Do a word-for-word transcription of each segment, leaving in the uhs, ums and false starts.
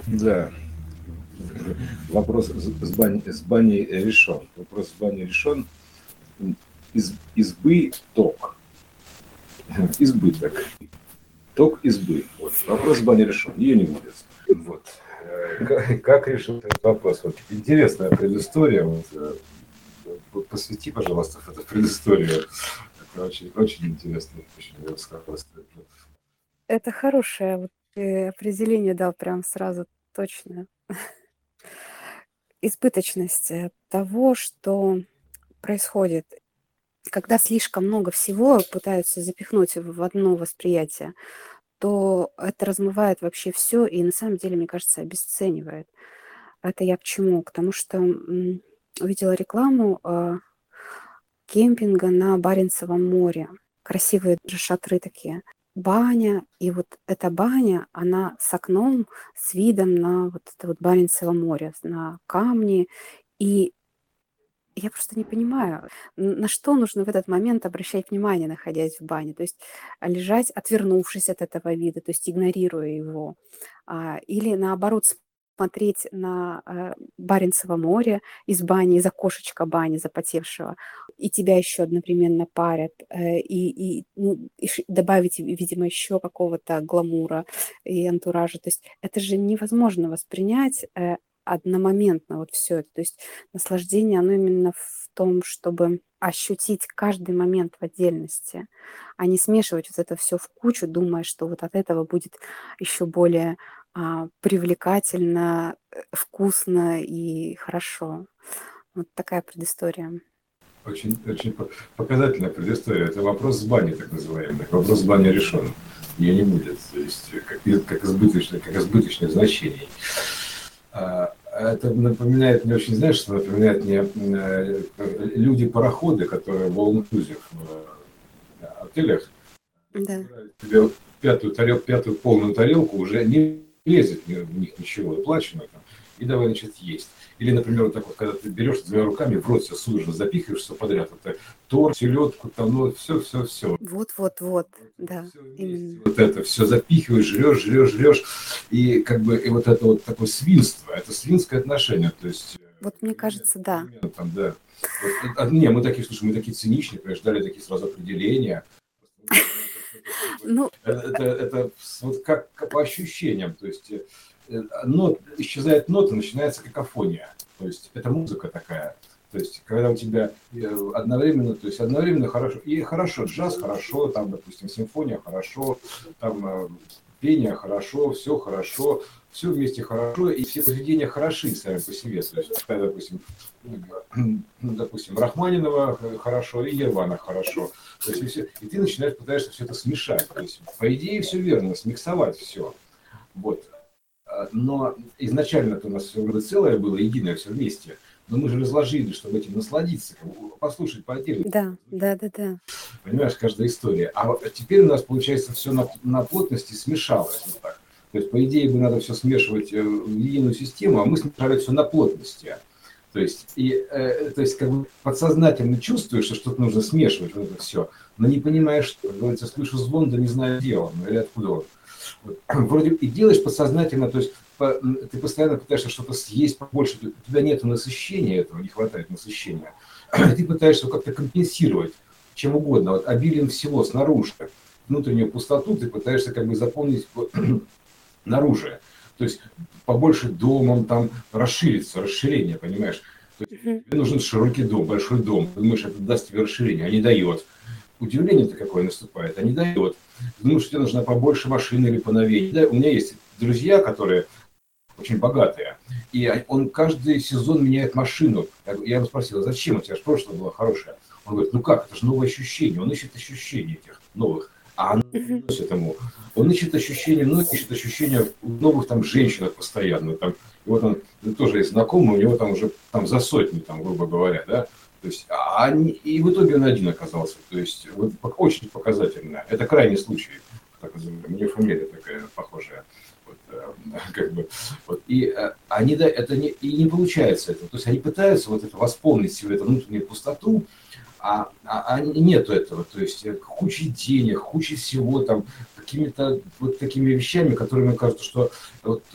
Да. Вопрос с с бань с баней решен. Вопрос с баней решен. Из избы ток. Избыток. Ток избы. Вот. Вопрос с баней решен. Ее не будет. Вот. Как, как решить этот вопрос? Вот. Интересная предыстория. Вот. Посвяти, пожалуйста, эту предысторию. Это очень, очень интересно. Очень рассказывать. Это хорошее вот ты определение дал прям сразу точное. Избыточность э, того, что происходит, когда слишком много всего пытаются запихнуть в в одно восприятие, то это размывает вообще все и на самом деле, мне кажется, обесценивает. Это я к чему? К тому, что м, увидела рекламу а, кемпинга на Баренцевом море. Красивые же шатры такие. Баня, и вот эта баня, она с окном, с видом на вот это вот Баренцево море, на камни. И я просто не понимаю, н- на что нужно в этот момент обращать внимание, находясь в бане. То есть а, лежать, отвернувшись от этого вида, то есть игнорируя его. А, или наоборот смотреть на а, Баренцево море из бани, из окошечка бани запотевшего, и тебя еще одновременно парят, э, и, и, ну, и ш- добавить, видимо, еще какого-то гламура и антуража. То есть это же невозможно воспринять э, одномоментно вот все это. То есть наслаждение, оно именно в том, чтобы ощутить каждый момент в отдельности, а не смешивать вот это все в кучу, думая, что вот от этого будет еще более а, привлекательно, э, вкусно и хорошо. Вот такая предыстория. Очень, очень показательная предыстория. Это вопрос с бани, так называемый. Вопрос с бани решен. Ее не будет. То есть как, как, избыточных, как избыточных значений. А, это напоминает мне очень, знаешь, что напоминает мне э, люди-пароходы, которые в all-inclusive в э, отелях Да. тебе пятую, тарел, пятую полную тарелку, уже не лезет в них ничего, оплачено там, и давай, значит, есть. Или, например, вот так вот, когда ты берешь двумя руками, в рот все судорожно запихиваешь все подряд, это торт, селедку, там, ну, все, все, все. Вот, вот, вот, Вот, да, все вместе, именно. вот это все запихиваешь, жрешь, жрешь, жрешь, и как бы, и вот это вот такое свинство, это свинское отношение, то есть Вот мне перемена, кажется, да. перемена там, да. Вот, а, не, мы такие, слушай, мы такие циничные, конечно, дали такие сразу определения. Ну, Это, это вот как, как по ощущениям, то есть э, нот, исчезает нота, начинается какофония, то есть это музыка такая, то есть когда у тебя э, одновременно, то есть одновременно хорошо, и хорошо, джаз хорошо, там, допустим, симфония хорошо, там э, пение хорошо, все хорошо, все вместе хорошо, и все произведения хороши сами по себе, то есть, допустим, допустим, Рахманинова хорошо и Ервана хорошо. То есть, и, все, и ты начинаешь, пытаешься все это смешать. То есть, по идее, все верно, смиксовать все. Вот. Но изначально-то у нас все вроде целое было, единое, все вместе. Но мы же разложили, чтобы этим насладиться, послушать по отдельности. да, да, да, да. Понимаешь, каждая история. А теперь у нас, получается, все на, на плотности смешалось. Вот так. То есть, по идее, бы надо все смешивать в единую систему, а мы смешали все на плотности. То есть, и, э, то есть как бы подсознательно чувствуешь, что что-то нужно смешивать, вот это все, но не понимаешь, что, говорится, слышу звон, да не знаю, где он, или откуда он. Вот. Вроде и делаешь подсознательно, то есть по, ты постоянно пытаешься что-то съесть побольше, у тебя нет насыщения этого, не хватает насыщения. Ты пытаешься как-то компенсировать чем угодно, вот, обилием всего снаружи. Внутреннюю пустоту ты пытаешься как бы заполнить наружу. То есть побольше домом, там расшириться, расширение, понимаешь? То есть Мгм. тебе нужен широкий дом, большой дом. Ты думаешь, это даст тебе расширение, а не дает. Удивление-то какое наступает, а не дает. Ты думаешь, что тебе нужна побольше машины или поновее. Да, у меня есть друзья, которые очень богатые, и он каждый сезон меняет машину. Я его спросил, а зачем? У тебя же прошлое было хорошее. Он говорит, ну как, это же новые ощущения. Он ищет ощущения этих новых. А оно Мгм. носит ему. Он ищет ощущения, ну, ищет ощущения в новых там женщинах постоянно. Там, и вот он тоже есть знакомый, у него там уже там за сотню, там, грубо говоря, да. То есть, а они, и в итоге он один оказался. То есть, вот очень показательно. Это крайний случай. Так, у меня фамилия такая похожая. Вот, как бы, вот, и э, они, да, это не, и не получается это. То есть они пытаются вот это восполнить себе эту внутреннюю пустоту, а, а, а нету этого. То есть куча денег, куча всего там, какими-то вот такими вещами, которые, мне кажется, что вот,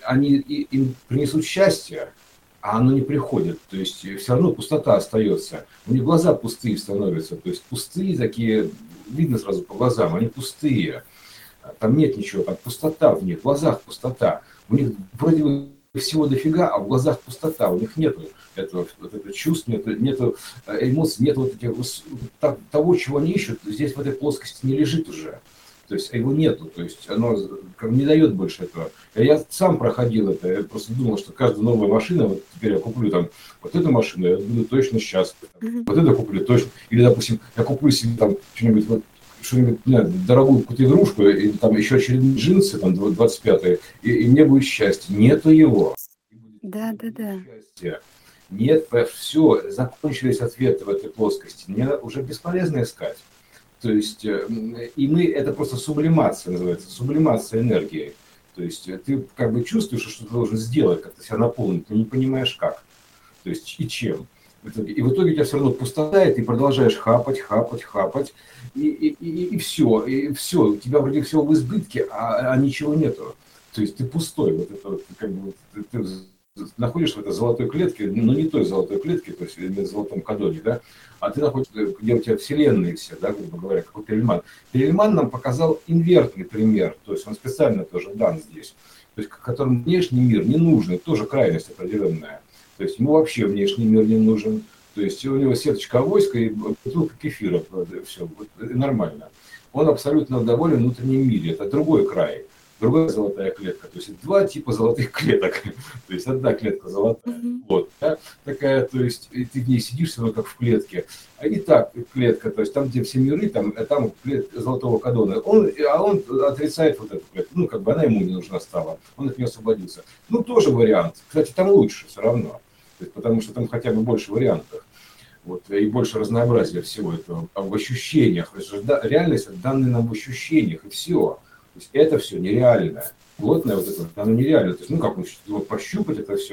они им принесут счастье, а оно не приходит. То есть все равно пустота остается. У них глаза пустые становятся. То есть пустые такие, видно сразу по глазам, они пустые. Там нет ничего, там пустота в них, в глазах пустота. У них вроде бы всего дофига, а в глазах пустота. У них нет этого, вот этого чувства, нет, нету эмоций, нет вот этих, того, чего они ищут, здесь в этой плоскости не лежит уже. То есть его нету, то есть оно не дает больше этого. Я сам проходил это, я просто думал, что каждая новая машина, вот теперь я куплю там вот эту машину, я буду точно счастлив. Вот это куплю точно. Или, допустим, я куплю себе там что-нибудь, вот, что-нибудь, не знаю, дорогую какую-то игрушку, или там еще очередные джинсы, там двадцать пятые, и, и мне будет счастье. Нету его. Да, да, да. Счастья. Нет, все, закончились ответы в этой плоскости. Мне уже бесполезно искать. То есть, и мы, это просто сублимация называется, сублимация энергии. То есть ты как бы чувствуешь, что ты должен сделать, как-то себя наполнить, но не понимаешь как. То есть и чем. И в итоге у тебя все равно пустота, и ты продолжаешь хапать, хапать, хапать, и, и, и, и все, и все. У тебя вроде всего в избытке, а, а ничего нету. То есть ты пустой. Вот это вот, как бы, ты, ты находишься в этой золотой клетке, но не той золотой клетке, то есть в золотом кадоне, да, а ты находишься, где у тебя вселенные все, да, грубо говоря, как у Перельман. Перельман нам показал инвертный пример, то есть он специально тоже дан здесь, то есть которому внешний мир не нужен, тоже крайность определенная, то есть ему вообще внешний мир не нужен, то есть у него сеточка войска и бутылка кефира, все, нормально. Он абсолютно доволен в внутреннем мире, это другой край. Другая золотая клетка, то есть два типа золотых клеток, то есть одна клетка золотая, mm-hmm. вот, да, такая, то есть и ты в ней сидишь, все как в клетке, а и так клетка, то есть там, где все миры, там, там клетка золотого кадона, он, а он отрицает вот эту клетку, ну, как бы она ему не нужна стала, он от нее освободился. Ну, тоже вариант, кстати, там лучше все равно, то есть, потому что там хотя бы больше вариантов. Вот, и больше разнообразия всего этого в ощущениях, да, реальность данная нам в ощущениях, и все. То есть это все нереально. Плотное вот это, оно нереально. То есть, ну как, ну, пощупать это все.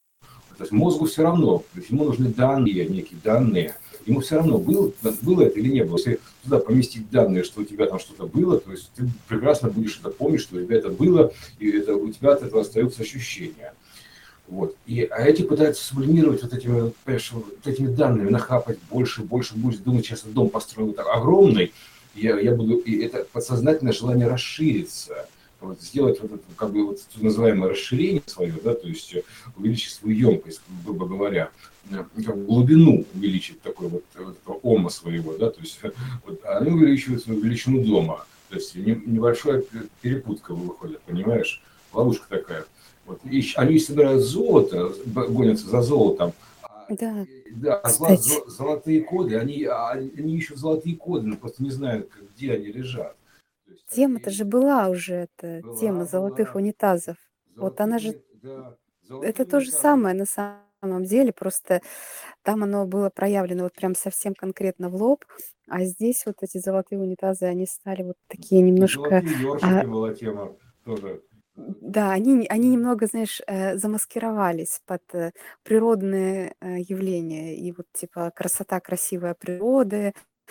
То есть мозгу все равно. То есть ему нужны данные, некие данные. Ему все равно, было, было это или не было. Если туда поместить данные, что у тебя там что-то было, то есть ты прекрасно будешь это помнить, что у тебя это было, и это, у тебя от этого остаются ощущения. Вот. И, а эти пытаются сублимировать вот этими, вот этими данными, нахапать больше, больше, будешь думать, сейчас дом построил так огромный, Я, я буду, и это подсознательное желание расшириться, вот, сделать вот это, как бы, вот, называемое расширение свое, да, то есть увеличить свою емкость, грубо говоря, как бы глубину увеличить такой вот, вот этого ома своего, да, то есть вот, они увеличивают свою величину дома, то есть небольшая перепутка выходит, понимаешь, ловушка такая. Вот, и они собирают золото, гонятся за золотом. Да, да, кстати. Золотые коды, они, они ищут золотые коды, но просто не знают, где они лежат. Тема-то же была уже, эта была, тема золотых была. унитазов. Вот Золотые, она же, да, это то же унитазы. самое на самом деле, просто там оно было проявлено вот прям совсем конкретно в лоб, а здесь вот эти золотые унитазы, они стали вот такие немножко... И золотые ёршики а, была тема тоже. Да, они, они немного, знаешь, э, замаскировались под э, природные э, явления. И вот типа красота, красивая природы,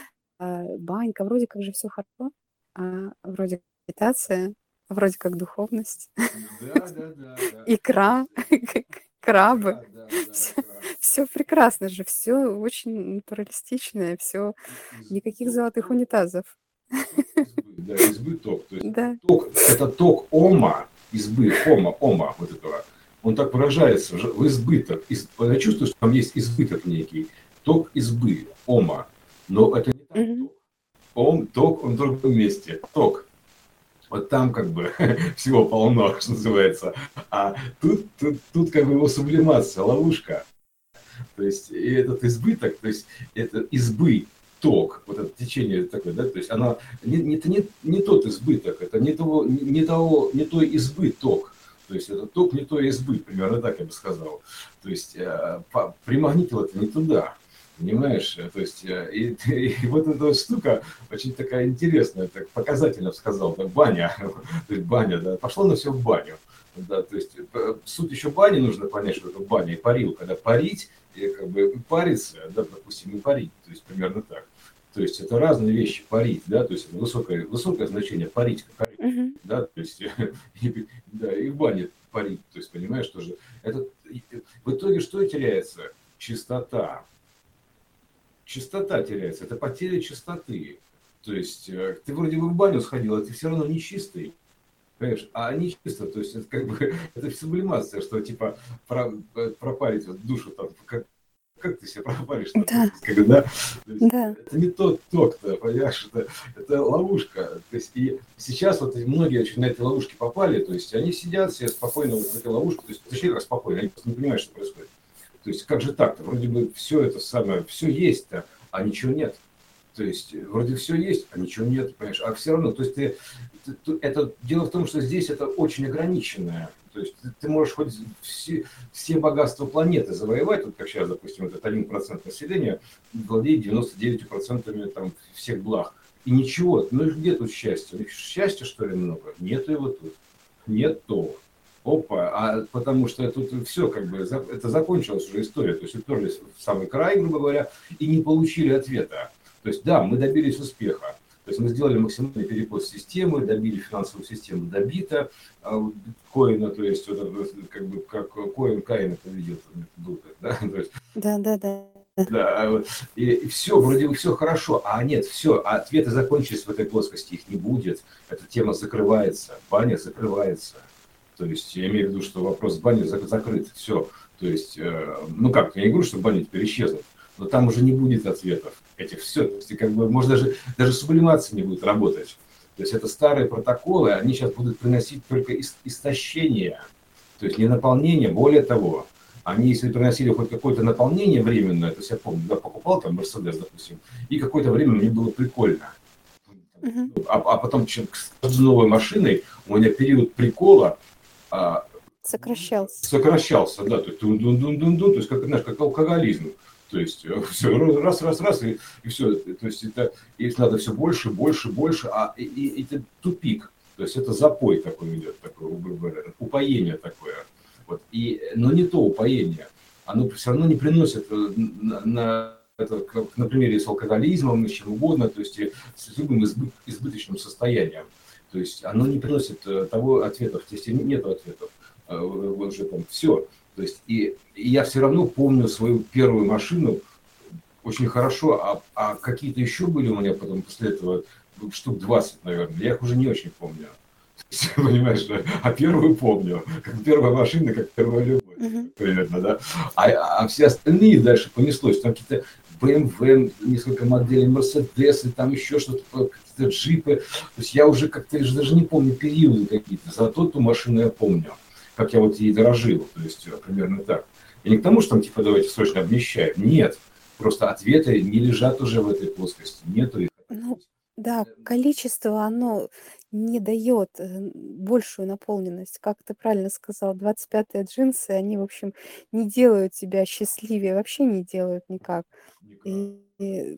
э, банька, вроде как же все хорошо, а вроде как медитация, вроде как духовность, Да, да, да, да. икра, крабы. Да, да, да, Все, краб. все прекрасно же, все очень натуралистичное, все, никаких золотых унитазов. Да, избыток. То есть Да. ток, это ток ома, избы, ома, ома вот этого. Он так выражается в избыток. Я чувствую, что там есть избыток некий. Ток избы, ома. Но это не так Мгм. ток. Ом, ток, он в другом месте. Ток. Вот там как бы всего полно, что называется. А тут, тут, тут как бы его сублимация, ловушка. То есть и этот избыток, то есть это избы, ток, вот это течение такое, да, то есть она не, не, не, не тот избыток, это не, того, не, того, не той избы ток, то есть это ток не той избы, примерно так я бы сказал. То есть э, примагнитил это не туда, понимаешь, то есть э, и, и вот эта вот штука очень такая интересная, так показательно сказал, так, баня, то есть баня, да, пошло на все в баню. Да, то есть суть еще бани нужно понять, что это баня и парилка. Когда парить, и как бы париться, да, допустим, и парить, то есть примерно так. То есть это разные вещи, парить, да, то есть это высокое, высокое значение парить, как Мгм. Да, то есть, и, да, и в бане парить, то есть, понимаешь, тоже. Это, в итоге что теряется? Чистота. Чистота теряется, это потеря чистоты. То есть, э, ты вроде бы в баню сходил, а ты все равно не чистый. Понимаешь, а они чисто, то есть это как бы это сублимация, что типа про, э, пропарить вот душу там, как, как ты себя пропаришь там, то Да, есть, как, да? То есть, да. это не тот ток-то, понимаешь, это, это ловушка. То есть и сейчас вот многие очень на эти ловушки попали, то есть они сидят все спокойно вот в этой ловушке, то есть точнее как спокойно, они просто не понимают, что происходит. То есть как же так-то? Вроде бы все это самое, все есть-то, а ничего нет. То есть вроде все есть, а ничего нет, понимаешь? А все равно, то есть ты, ты- ты- это дело в том, что здесь это очень ограниченное. То есть ты, ты можешь хоть все, все богатства планеты завоевать, вот как сейчас, допустим, этот один процент населения владеет девяносто девять процентов там, всех благ. И ничего, ну где тут счастье? Ну, счастья, что ли, много? Нету его тут. Нету. Опа, а потому что тут все как бы, это закончилась уже история, то есть уперлись в самый край, грубо говоря, и не получили ответа. То есть да, мы добились успеха, то есть мы сделали максимальный переход системы, добили финансовую систему добита, а вот биткоина, то есть вот, это, как бы как коин Каина победил, да, то есть Да, да, да. да, а вот, и, и все, вроде бы все хорошо, а нет, все, ответы закончились в этой плоскости, их не будет, эта тема закрывается, баня закрывается. То есть я имею в виду, что вопрос с баней закрыт, все. То есть, э, ну как, я не говорю, что баня теперь исчезнут, но там уже не будет ответов этих, все. То есть, как бы, может, даже, даже сублимация не будет работать. То есть это старые протоколы, они сейчас будут приносить только истощение, то есть не наполнение, более того, они, если приносили хоть какое-то наполнение временное, то есть я помню, да, покупал там Мерседес, допустим, и какое-то время мне было прикольно. Мгм. А, а потом с новой машиной у меня период прикола а, Сокращался. сокращался, да, то есть дун-дун-дун-дун-дун, то есть как, знаешь, как алкоголизм. То есть все, раз, раз, раз, и, и все. То есть это, их надо все больше, больше, больше, а и, и, это тупик. То есть это запой такой идет, такое, упоение такое. Вот. И, но не то упоение. Оно все равно не приносит на, на это, как на примере с алкоголизмом, с чем угодно, то есть с любым избы, избыточным состоянием. То есть оно не приносит того ответов, если нет ответов, уже там все. То есть и, и я все равно помню свою первую машину очень хорошо, а, а какие-то еще были у меня потом после этого штук двадцать, наверное, я их уже не очень помню. Понимаешь, а первую помню, как первая машина, как первая любовь, Мгм. примерно, да. А, а все остальные дальше понеслось, там какие-то бэ эм вэ, несколько моделей, Мерседесы, там еще что-то, какие-то джипы. То есть я уже как-то даже не помню периоды какие-то, зато ту машину я помню, как я вот ей дорожил, то есть примерно так. И не к тому, что там типа давайте срочно обнищаем, нет, просто ответы не лежат уже в этой плоскости, нету их. Ну да, количество, оно не дает э, большую наполненность. Как ты правильно сказал, двадцать пятые джинсы, они, в общем, не делают тебя счастливее, вообще не делают никак. Никак. И, и,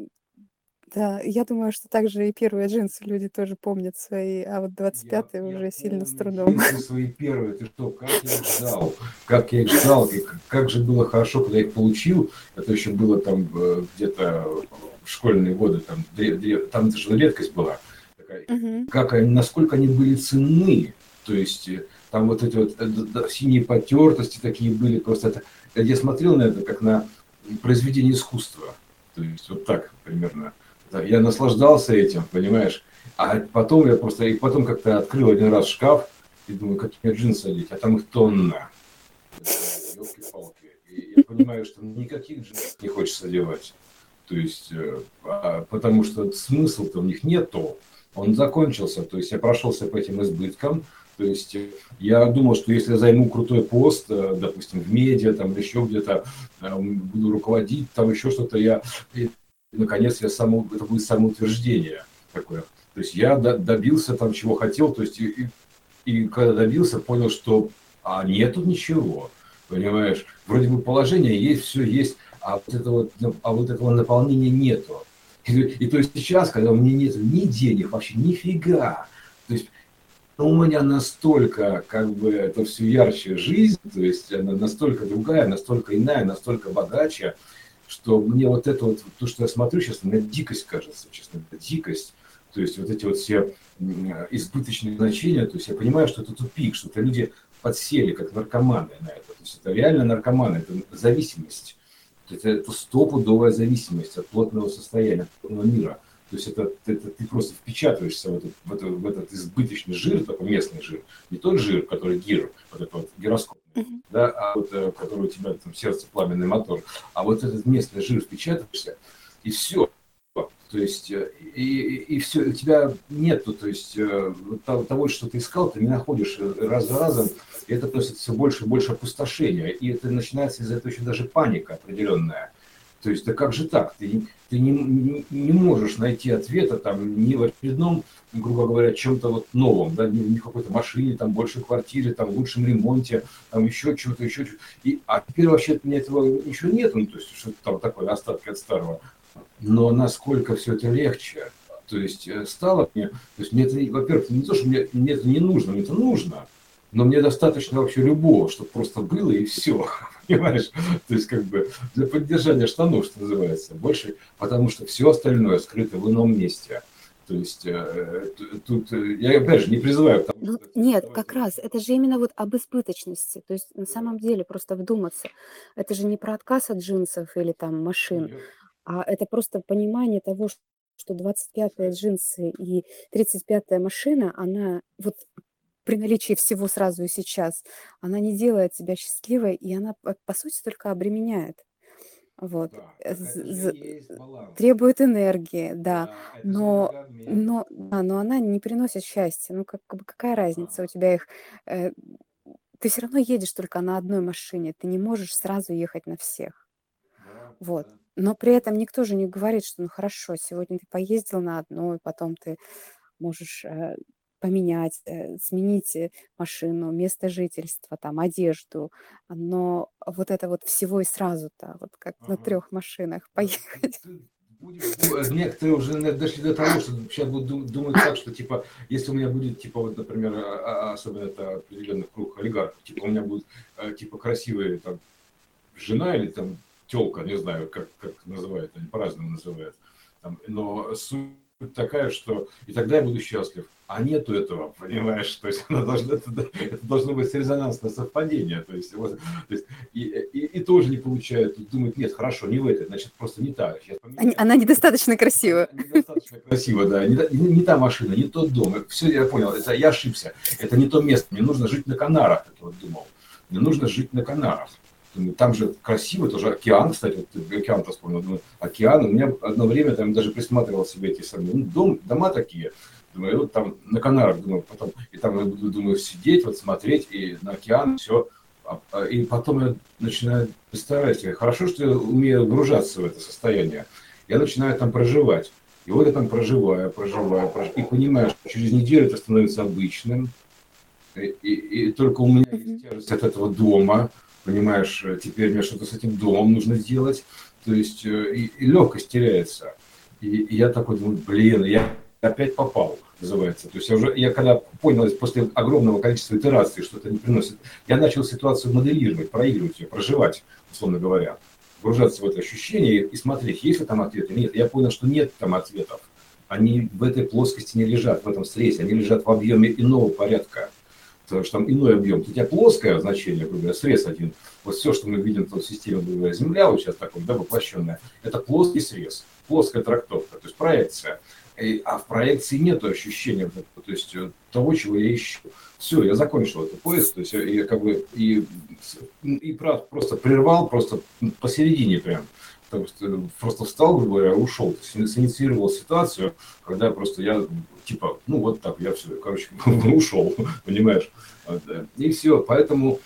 да, я думаю, что также и первые джинсы люди тоже помнят свои, а вот двадцать Я, пятые я уже сильно с помню трудом. джинсы свои первые, ты что, как я их ждал, как я их ждал, и как, как же было хорошо, когда я их получил, это еще было там э, где-то в школьные годы, там, дре- дре- там это же редкость была, такая, Мгм. как они, насколько они были ценны, то есть э, там вот эти вот э, да, синие потертости такие были, просто это, я смотрел на это как на произведение искусства, то есть вот так примерно. Да, я наслаждался этим, понимаешь. А потом я просто, и потом как-то открыл один раз шкаф и думаю, какие джинсы одеть, а там их тонна. Ёлки-палки. И я понимаю, что никаких джинсов не хочется одевать. То есть, э, а, потому что смысла-то в них нету. Он закончился. То есть я прошелся по этим избыткам. То есть э, я думал, что если я займу крутой пост, э, допустим, в медиа, там, или еще где-то, э, буду руководить, там еще что-то, я, и, наконец, я само, это будет самоутверждение такое. То есть я добился там, чего хотел, то есть и, и, и когда добился, понял, что а нету ничего, понимаешь? Вроде бы положение есть, все есть, а вот этого, а вот этого наполнения нету. И, и то есть сейчас, когда у меня нет ни денег, вообще нифига, то есть у меня настолько, как бы, это все ярче жизнь, то есть она настолько другая, настолько иная, настолько богаче, что мне вот это вот, то, что я смотрю сейчас, мне дикость кажется, честно, это дикость. То То есть вот эти вот все избыточные значения, то есть я понимаю, что это тупик, что это люди подсели как наркоманы на это. То есть это реально наркоманы, это зависимость. Это, это стопудовая зависимость от плотного состояния, от плотного мира. То есть это, это ты просто впечатываешься в этот, в, этот, в этот избыточный жир, такой местный жир. Не тот жир, который гир, вот этот вот гироскоп, mm-hmm. да, а вот который у тебя там сердце, пламенный мотор. А вот этот местный жир впечатываешься, и все. То есть, и, и, и все, у тебя нету, то есть, того, что ты искал, ты не находишь раз за разом, и это носит все больше и больше опустошения, и это начинается из-за этого еще даже паника определенная. То есть, да как же так? Ты, ты не, не, не можешь найти ответа там ни в очередном, грубо говоря, чем-то вот новом, да, ни в какой-то машине, там, большей квартире, там, лучшем ремонте, там, еще чего-то, еще чего-то. И, а теперь вообще у меня этого ничего нет, ну, то есть, что-то там такое, остатки от старого. Но насколько все это легче, то есть стало мне, то есть мне это, во-первых, не то, что мне, мне это не нужно, мне это нужно, но мне достаточно вообще любого, чтобы просто было и все, понимаешь? То есть как бы для поддержания штанов, что называется, больше, потому что все остальное скрыто в ином месте. То есть э, тут я опять же не призываю к тому, ну, что... Нет, как раз, это же именно вот об избыточности. То есть на самом деле просто вдуматься. Это же не про отказ от джинсов или там машин, нет. А это просто понимание того, что двадцать пятые джинсы и тридцать пятая машина, она вот при наличии всего сразу и сейчас, она не делает тебя счастливой, и она, по сути, только обременяет. Вот. Да, Требует энергии, да, да но, но, да, но она не приносит счастья. Ну, как, как бы какая разница? У тебя их... Э, ты все равно едешь только на одной машине, ты не можешь сразу ехать на всех. Да, вот. Да. Но при этом никто же не говорит, что ну хорошо, сегодня ты поездил на одной, потом ты можешь э, поменять, э, сменить машину, место жительства, там, одежду. Но вот это вот всего и сразу-то, вот как ага. на трех машинах поехать. Некоторые уже дошли до того, что сейчас будут думать так, что типа, если у меня будет, типа, вот, например, особенно это определенный круг олигархов, типа, у меня будет, типа, красивая там жена или там тёлка, не знаю, как, как называют, они по-разному называют, там, но суть такая, что и тогда я буду счастлив, а нету этого, понимаешь, то есть она должна, это, это должно быть резонансное совпадение, то есть, вот, то есть и, и, и тоже не получают, думают, нет, хорошо, не в этой, значит, просто не та. Она, она недостаточно красива. Она недостаточно красива, да, не, не, не та машина, не тот дом, все, я понял, это я ошибся, это не то место, мне нужно жить на Канарах, как я вот думал, мне нужно жить на Канарах. Там же красиво, тоже океан, кстати, вот океан-то вспомнил, думаю, океан, у меня одно время там даже присматривал себе эти самые, ну, дом, дома такие, думаю, вот там на Канарах, думаю, потом, и там я буду, думаю, сидеть, вот смотреть и на океан, все, и потом я начинаю представлять, хорошо, что я умею погружаться в это состояние, я начинаю там проживать, и вот я там проживаю, проживаю, проживаю и понимаю, что через неделю это становится обычным, и, и, и только у меня есть тяжесть от этого дома, понимаешь, теперь мне что-то с этим домом нужно делать, то есть и, и легкость теряется. И, и я такой думаю, блин, я опять попал, называется. То есть я уже, я когда понял, после огромного количества итераций, что это не приносит, я начал ситуацию моделировать, проигрывать ее, проживать, условно говоря, погружаться в это ощущение и смотреть, есть ли там ответы, нет. Я понял, что нет там ответов. Они в этой плоскости не лежат, в этом срез, они лежат в объеме иного порядка. Потому что там иной объем. У тебя плоское значение, грубо говоря, срез один. Вот все, что мы видим в системе, грубо говоря, Земля, вот сейчас такой, да, воплощенная, это плоский срез, плоская трактовка, то есть проекция. И, а в проекции нет ощущения, то есть того, чего я ищу. Все, я закончил этот поиск, то есть я как бы и, и просто прервал, просто посередине прям. Просто встал, грубо говоря, ушел, синициировал ситуацию, когда просто я, типа, ну вот так, я все, короче, ушел, понимаешь, и все, поэтому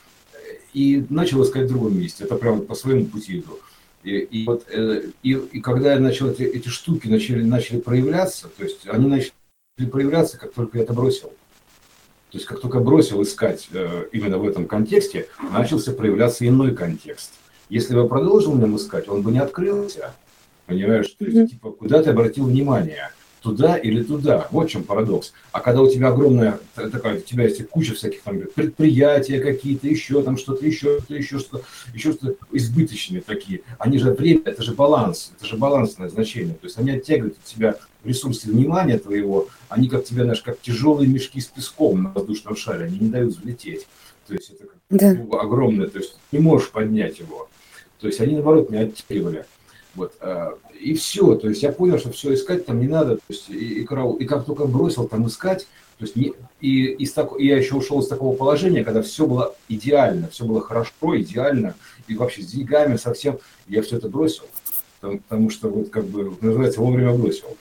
и начал искать в другом месте, это прям по своему пути иду. И, и, вот, и, и когда я начал, эти, эти штуки начали, начали проявляться, то есть они начали проявляться, как только я это бросил. То есть как только бросил искать именно в этом контексте, начался проявляться иной контекст. Если бы я продолжил в нем искать, он бы не открылся, понимаешь? То есть, типа, куда ты обратил внимание? Туда или туда? Вот в чем парадокс. А когда у тебя огромная такая, у тебя есть куча всяких там предприятия какие-то, еще там что-то, еще что-то, еще что-то, еще что-то избыточные такие. Они же время, это же баланс, это же балансное значение. То есть они оттягивают от тебя в ресурсе внимания твоего, они как тебя, знаешь, как тяжелые мешки с песком на воздушном шаре, они не дают взлететь. То есть это как Да. ну, огромное, то есть не можешь поднять его. То есть они, наоборот, меня оттягивали. Вот, и все, то есть я понял, что все искать там не надо, то есть и, и, и как только бросил там искать, то есть не, и, из так, и я еще ушел из такого положения, когда все было идеально, все было хорошо, идеально, и вообще с деньгами совсем, я все это бросил, потому, потому что вот как бы, называется, вовремя бросил.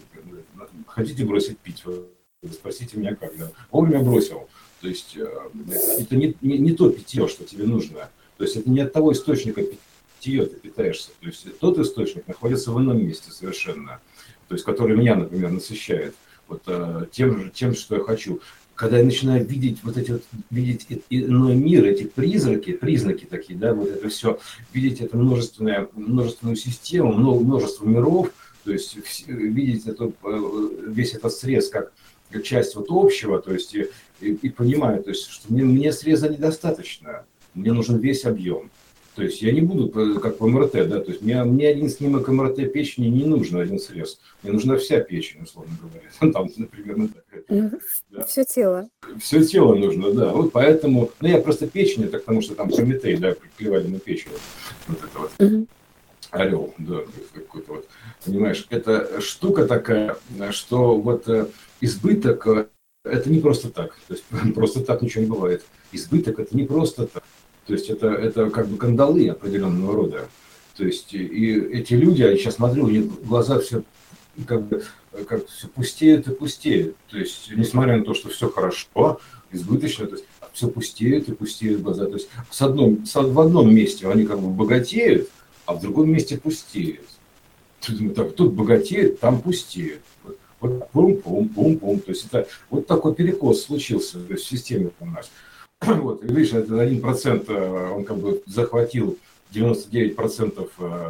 Хотите бросить пить? Спросите меня как, да. Вовремя бросил. То есть это не, не, не то питье, что тебе нужно, то есть это не от того источника питья, ты питаешься. То есть тот источник находится в ином месте совершенно, то есть который меня, например, насыщает вот, тем же, тем, что я хочу. Когда я начинаю видеть вот эти вот, видеть иной мир, эти призраки, признаки такие, да, вот это все, видеть это множественное, множественную систему, множество миров, то есть видеть эту, весь этот срез как часть вот общего, то есть и, и, и понимаю, то есть, что мне, мне среза недостаточно, мне нужен весь объем. То есть я не буду как в эм эр тэ, да, то есть мне, мне один снимок эм эр тэ печени не нужен, один срез. Мне нужна вся печень, условно говоря. Там, например, так. Да. Все тело. Все тело нужно, да. Вот поэтому, ну я просто печень, это потому что там Прометей, да, приклевали на печень. Вот это вот. Угу. Орел, да, какой-то вот. Понимаешь, это штука такая, что вот избыток, это не просто так. То есть просто так ничего не бывает. Избыток это не просто так. То есть это, это как бы кандалы определенного рода. То есть и эти люди, я сейчас смотрю, у них глаза все как бы как все пустеют и пустеют. То есть несмотря на то, что все хорошо, избыточно, то есть все пустеют и пустеют глаза. То есть с одном, с, в одном месте они как бы богатеют, а в другом месте пустеют. Так, тут богатеют, там пустеют. Вот, вот пум-пум-пум-пум. То есть это вот такой перекос случился в системе у нас. Вот, видишь, это один процент, он как бы захватил девяносто девять процентов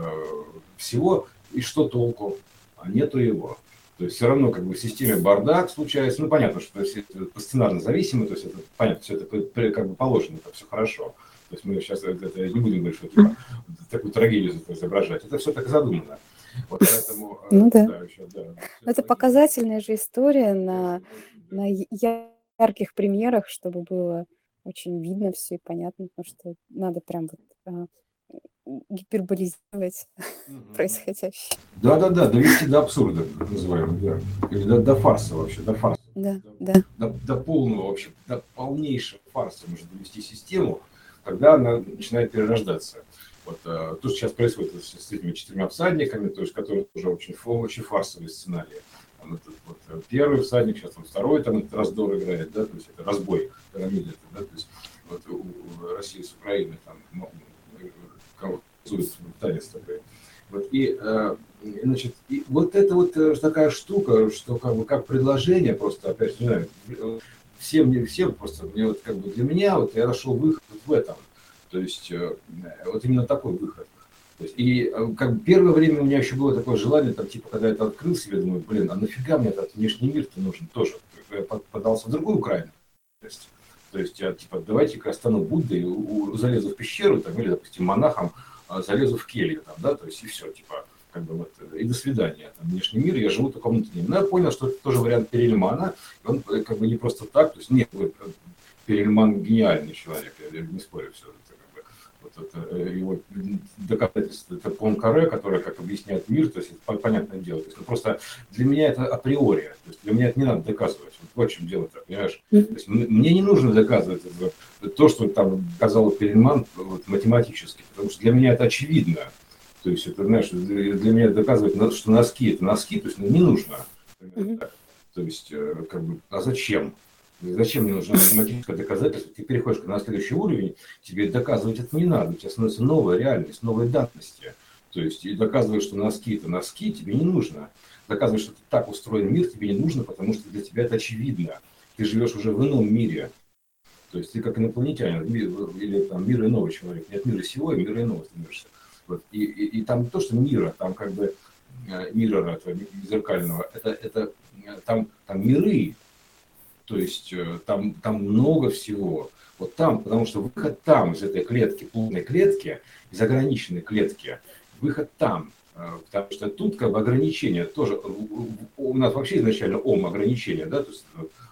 всего, и что толку? А нету его. То есть все равно как бы в системе бардак случается. Ну, понятно, что это сценарно зависимо, то есть это понятно, все это как бы положено, это все хорошо. То есть мы сейчас это не будем говорить, что типа, такую трагедию изображать. Это все так задумано. Вот поэтому, ну да. да, еще, да, это показательная же история на, на ярких примерах, чтобы было очень видно все и понятно, потому что надо прям вот а, гиперболизировать mm-hmm. происходящее. Да-да-да, довести до абсурда, называемого, да. Или до, до фарса вообще, до фарса. Да, до, да. До, до полного вообще, до полнейшего фарса можно довести систему, когда она начинает перерождаться. Вот а, то, что сейчас происходит с, с этими четырьмя всадниками, то есть, которые уже очень, очень фарсовые сценарии. Там этот, вот, первый всадник, сейчас он второй, там этот раздор играет, да, то есть это разбой пирамиды, да, то есть вот у, у России с Украиной там кого-то танец такой. Вот, и, э, значит, и вот это вот такая штука, что как бы как предложение, просто опять не знаю, всем, не всем, просто мне вот как бы для меня, вот я нашел выход вот в этом. То есть э, вот именно такой выход. То есть, и как бы первое время у меня еще было такое желание, там, типа, когда я это открыл себе, думаю, блин, а нафига мне этот внешний мир-то нужен тоже? Я подался в другую крайность. То есть я, типа, давайте-ка я стану Буддой, залезу в пещеру, там, или, допустим, монахом, залезу в келью, там, да, то есть и все, типа, как бы вот, и до свидания. Там, внешний мир, я живу только внутренним. Но я понял, что это тоже вариант Перельмана, он как бы не просто так, то есть нет, Перельман гениальный человек, я не спорю, все это. Вот это его доказательство, это Пуанкаре, которое как объясняет мир, то есть это понятное дело. То есть, ну, просто для меня это априори, то есть для меня это не надо доказывать. Вот, вот в чем дело-то, понимаешь? Mm-hmm. То есть, мне не нужно доказывать это, то, что там доказал Перельман вот, математически, потому что для меня это очевидно. То есть это, знаешь, для меня доказывать, что носки это носки, то есть ну, не нужно. Mm-hmm. То есть, как бы, а зачем? Зачем мне нужно математическое доказательство? Ты переходишь на следующий уровень, тебе доказывать это не надо. У тебя становится новая реальность, новые данности. То есть и доказывать, что носки это носки, тебе не нужно. Доказывать, что так устроен мир, тебе не нужно, потому что для тебя это очевидно. Ты живешь уже в ином мире. То есть ты как инопланетянин или там мир иного человека. Нет мира сего, и мира иного становишься. Вот. И, и, и там не то, что мира, там как бы мира этого зеркального, это, это там, там миры. То есть там, там много всего. Вот там, потому что выход там, из этой клетки, полной клетки, из ограниченной клетки, выход там. Потому что тут как бы ограничение тоже, у нас вообще изначально ом ограничение, да, то есть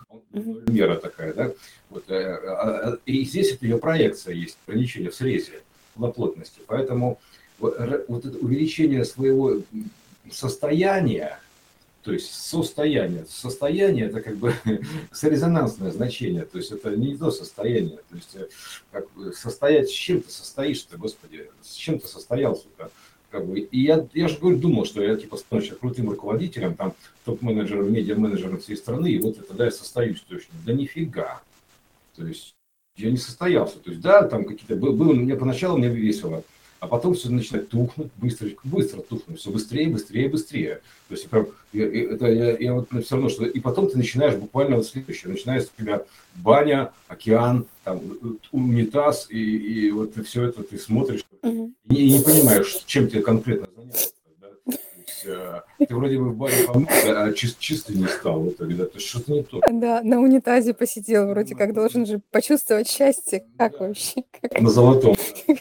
мера такая, да, вот, и здесь это ее проекция есть, ограничение в срезе на плотности, поэтому вот это увеличение своего состояния, то есть состояние, состояние это как бы резонансное значение, то есть это не то состояние, то есть как бы состоять, с чем ты состоишь-то, господи, с чем ты состоялся-то, как бы, и я, я же говорю, думал, что я типа стану сейчас крутым руководителем, там топ-менеджером, медиа-менеджером всей страны, и вот это, да, я состоюсь точно, да нифига, то есть я не состоялся, то есть да, там какие-то, было, мне поначалу мне весело, а потом все начинает тухнуть, быстро, быстро тухнуть, все быстрее, быстрее, быстрее. То есть прям, я, это, я, я вот все равно, что и потом ты начинаешь буквально вот следующее, начинается у тебя баня, океан, там, унитаз, и, и вот все это ты смотришь, угу. и, и не понимаешь, чем тебе конкретно заняться. Да? То есть, э, ты вроде бы в бане помылся, а чист, чистый не стал в итоге, да? То есть что-то не то. Да, на унитазе посидел, вроде как должен же почувствовать счастье, как да. вообще? Как... На золотом.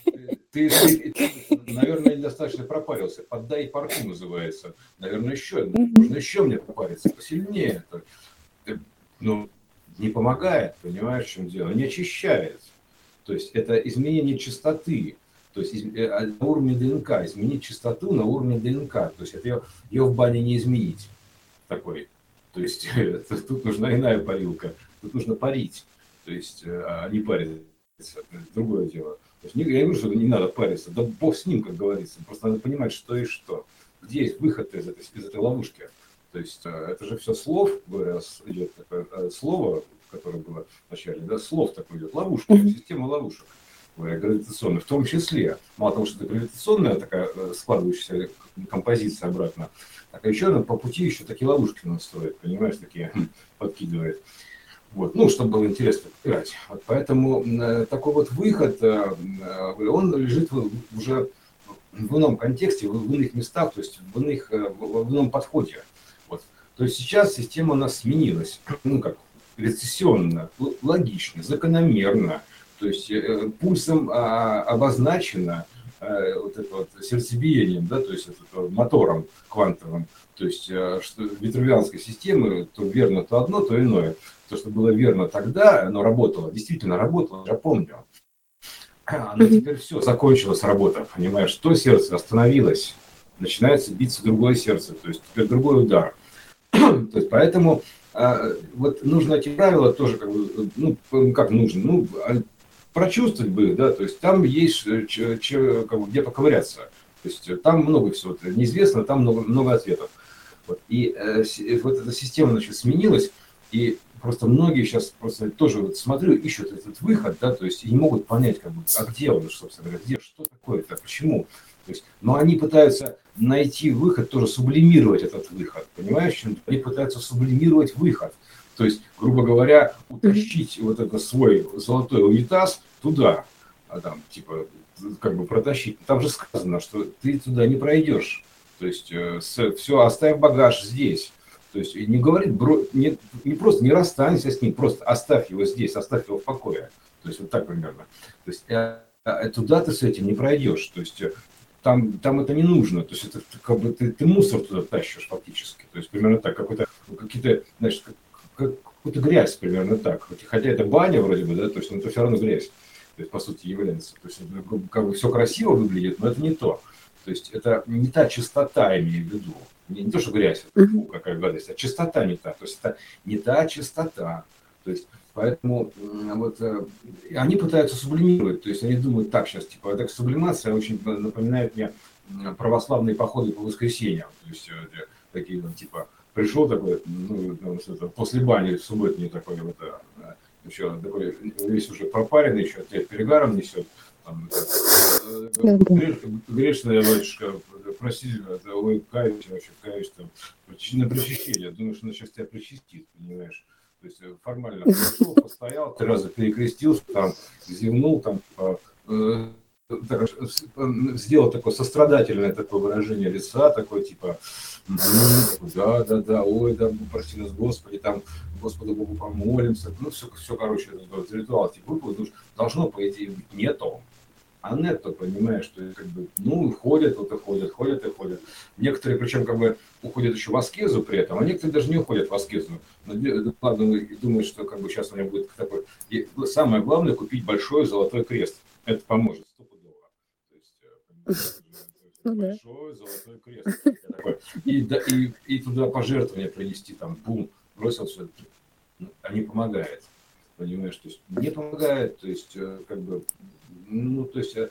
Ты, ты, ты, наверное, недостаточно пропарился. Поддай парку называется. Наверное, еще. Нужно еще мне пропариться. Посильнее. Это, ну, не помогает, понимаешь, в чем дело? Не очищает. То есть это изменение частоты. То есть на уровне ДНК. Изменить частоту на уровне ДНК. То есть это ее, ее в бане не изменить. Такой. То есть тут нужна иная парилка. Тут нужно парить. То есть, а не париться. Другое дело. То есть, я не говорю, что не надо париться, да бог с ним, как говорится. Просто надо понимать, что и что. Где есть выход из этой, из этой ловушки. То есть это же все слов, говоря, идет такое слово, которое было в начале, да, слов такое идет, ловушка, mm-hmm. система ловушек, говоря, гравитационных, в том числе. Мало того, что это гравитационная такая складывающаяся композиция обратно, так а еще она по пути еще такие ловушки настроит, понимаешь, такие подкидывает. Вот, ну, чтобы было интересно играть. Вот поэтому э, такой вот выход, э, он лежит в, уже в ином контексте, в, в иных местах, то есть в, иных, э, в, в ином подходе. Вот. То есть сейчас система у нас сменилась, ну как, рецессионно, логично, закономерно, то есть э, пульсом э, обозначено э, вот это вот сердцебиением, да, то есть это, вот, мотором квантовым, то есть э, что витрувианской системы то верно то одно, то иное. То, что было верно тогда, оно работало, действительно работало, я помню. Оно теперь все, закончилась работа, понимаешь, то сердце остановилось, начинается биться другое сердце, то есть теперь другой удар. То есть поэтому а, вот нужно эти правила тоже, как бы, ну, как нужно, ну, прочувствовать бы, да, то есть там есть ч, ч, как бы, где поковыряться, то есть там много всего неизвестно, там много, много ответов. Вот. И э, вот эта система, значит, сменилась, и просто многие сейчас просто тоже вот смотрю, ищут этот выход, да, то есть и не могут понять, как бы, а где он, собственно говоря, где, что такое-то, почему. То есть, но они пытаются найти выход, тоже сублимировать этот выход, понимаешь? Они пытаются сублимировать выход. То есть, грубо говоря, утащить вот этот свой золотой унитаз туда, а там, типа, как бы протащить. Там же сказано, что ты туда не пройдешь. То есть, э, все, оставь багаж здесь. То есть не говорит, не, не просто не расстанься с ним, просто оставь его здесь, оставь его в покое. То есть вот так примерно. То есть э, э, туда ты с этим не пройдешь. То есть э, там, там это не нужно. То есть это как бы ты, ты мусор туда тащишь фактически. То есть примерно так, какой-то, какие-то, знаешь, как, как, какую-то грязь примерно так. Хотя это баня вроде бы, да, то есть, но это все равно грязь. То есть по сути является. То есть как бы все красиво выглядит, но это не то. То есть это не та чистота, имею в виду. Не, не то, что грязь, фу, какая гадость, а чистота не та. То есть это не та чистота. То есть поэтому вот они пытаются сублимировать. То есть они думают, так, сейчас, типа, эта сублимация очень напоминает мне православные походы по воскресеньям. То есть такие, ну, типа, пришел такой, ну, после бани в субботу такой вот, еще такой весь уже пропаренный, еще перегаром несет. Грешная батюшка, прости, ой, каюсь, вообще каюсь там, на причащение, думаю, что она сейчас тебя причастит, понимаешь, то есть формально пришел, постоял, три раза перекрестился, там, зевнул, там, э, так, сделал такое сострадательное такое выражение лица, такое, типа, да, да, да, ой, да, прости нас, Господи, там, Господу Богу помолимся, ну, все, все, короче, этот ритуал, типа, выполнить, должно, по идее, быть нету. А нет-то, понимаешь, что как бы, ну, ходят, вот и ходят, ходят и ходят. Некоторые, причем, как бы, уходят еще в аскезу при этом, а некоторые даже не уходят в аскезу. Но ладно, и думают, что как бы сейчас у меня будет такой... И самое главное — купить большой золотой крест. Это поможет стопудово. То есть, понимаешь, Ну да. большой золотой крест. Такой, и, да, и, и туда пожертвования принести, там, бум, бросил все. А не помогает. Понимаешь, то есть не помогает, то есть как бы, ну, то есть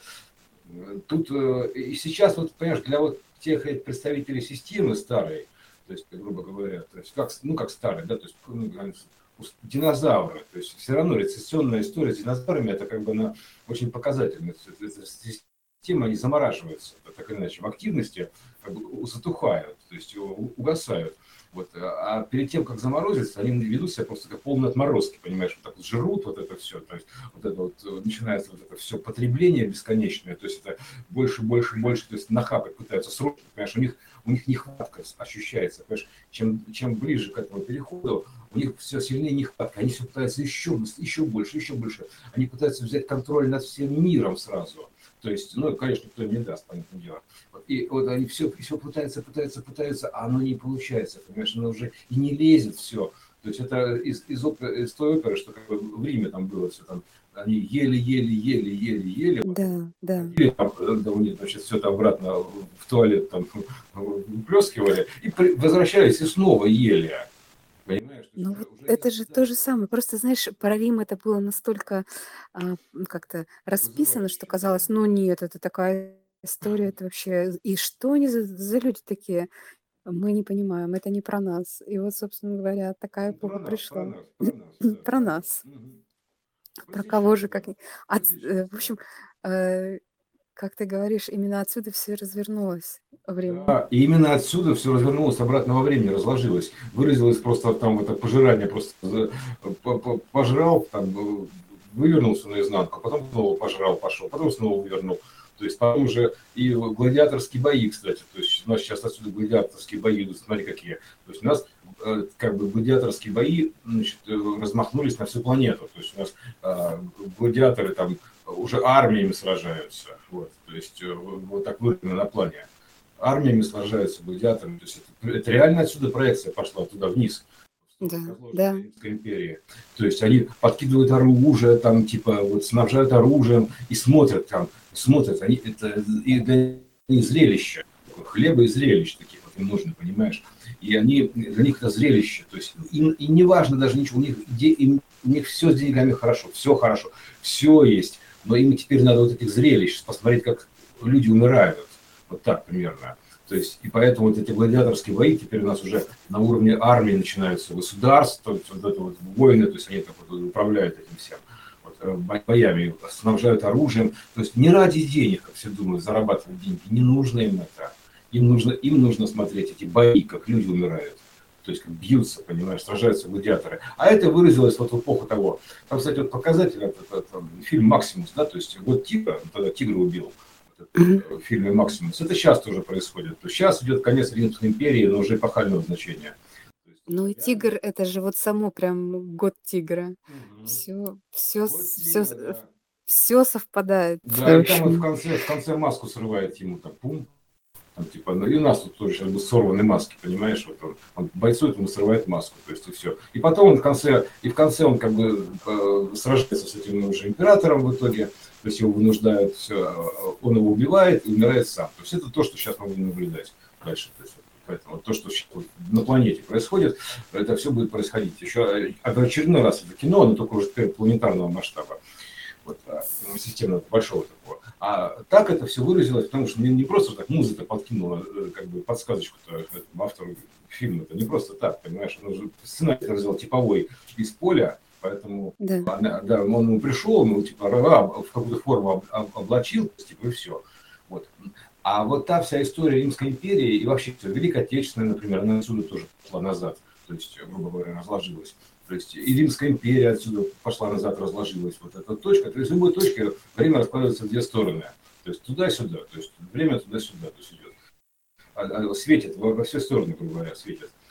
тут и сейчас, вот, понимаешь, для вот тех представителей системы старой, то есть, грубо говоря, то есть как, ну, как старые, да, то есть, ну, динозавры, то есть все равно рецессионная история с динозаврами, это как бы она очень показательная. Система, они замораживаются, так или иначе, в активности, как бы затухают, то есть угасают. Вот. А перед тем, как заморозиться, они ведут себя просто как полные отморозки, понимаешь, вот так вот жрут вот это все, то есть вот это вот начинается вот это все потребление бесконечное, то есть это больше, больше, больше, то есть нахапать пытаются срочно, понимаешь, у них, у них нехватка ощущается, понимаешь, чем, чем ближе к этому переходу, у них все сильнее нехватка, они все пытаются еще, еще больше, еще больше, они пытаются взять контроль над всем миром сразу. То есть, ну, конечно, никто не даст, понятное дело. И вот они все, все пытаются, пытаются, пытаются, а оно не получается, понимаешь, оно уже и не лезет все. То есть это из, из, оперы, из той оперы, что как бы в Риме там было все, там они еле-еле, еле-еле, еле, Да, да. ходили, там, да, у них, значит, все там обратно в туалет там выплескивали, и при, возвращались и снова ели. Понимаешь? Ну вот это же то же самое. Просто, знаешь, про Рим это было настолько а, как-то расписано, что казалось, ну нет, это такая история, это вообще... И что они за, за люди такие? Мы не понимаем, это не про нас. И вот, собственно говоря, такая Ну, про эпоха нас, про пришла. нас, про нас, да, Про про нас. нас. Угу. Про кого Посещай, же, да. как... ни- От, Посещай, э, в да. общем, э, как ты говоришь, именно отсюда все развернулось в Риме. Да, и именно отсюда все развернулось обратно во времени, разложилось. Выразилось просто там это пожирание, просто пожрал, там, вывернулся наизнанку, потом снова пожрал, пошел, потом снова вывернул. То есть потом уже и гладиаторские бои, кстати, то есть у нас сейчас отсюда гладиаторские бои идут, смотри какие. То есть у нас как бы гладиаторские бои, значит, размахнулись на всю планету. То есть у нас э, гладиаторы там уже армиями сражаются. Вот, то есть вот так выражено на плане. Армиями сражаются гладиаторами. То есть это, это реально отсюда проекция пошла туда вниз. Да, да. Римской империи. То есть они подкидывают оружие, там, типа, вот, снабжают оружием и смотрят там, смотрят, они, это и для них зрелище, хлеба и зрелищ таких вот им нужно, понимаешь? И они, для них это зрелище, то есть им, и не важно даже ничего, у них, им, у них все с деньгами хорошо, все хорошо, все есть, но им теперь надо вот этих зрелищ, посмотреть, как люди умирают, вот так примерно. То есть, и поэтому вот эти гладиаторские бои теперь у нас уже на уровне армии начинаются, государств, то есть вот это вот войны, то есть они так вот управляют этим всем, вот, боями, снабжают оружием. То есть не ради денег, как все думают, зарабатывать деньги, не нужно им это. Им нужно, им нужно смотреть эти бои, как люди умирают. То есть как бьются, понимаешь, сражаются гладиаторы. А это выразилось вот в эпоху того. Там, кстати, вот показатель, это, это, это, фильм «Максимус», да, то есть вот тигра, тогда тигра убил. В фильме «Максимус». Это сейчас тоже происходит. То есть сейчас идет конец Римской империи, но уже эпохального значения. Ну и тигр, это же вот само прям год тигра. Угу. Все, все, Вот все, тигра, да. все совпадает. Да, В и там вот в общем. конце, в конце маску срывает ему, там, пум. Там, типа, ну и у нас тут тоже сейчас будут сорваны маски, понимаешь? Вот он, он бойцует, ему срывает маску, то есть и все. И потом он в конце, и в конце он как бы э, сражается с этим уже императором в итоге, то есть его вынуждают, все, он его убивает и умирает сам. То есть это то, что сейчас мы будем наблюдать дальше. То есть, поэтому вот то, что на планете происходит, это все будет происходить. Еще очередной раз это кино, но только уже планетарного масштаба. Вот, системного, большого такого. А так это все выразилось, потому что мне не просто так музыка подкинула как бы подсказочку-то автору фильма, это не просто так, понимаешь, он уже сценарий взял типовой из поля, поэтому Да. Она, да, он ему пришел, ему типа в какую-то форму облачил, типа и все. Вот. А вот та вся история Римской империи и вообще все, Великая Отечественная, например, она отсюда тоже пошла назад, то есть, грубо говоря, разложилась. То есть и Римская империя отсюда пошла назад, разложилась. Вот эта точка. То есть в любой точке время раскладывается в две стороны. То есть туда-сюда. То есть время туда-сюда то есть идет. А, а светит во, во все стороны, грубо говоря, светит.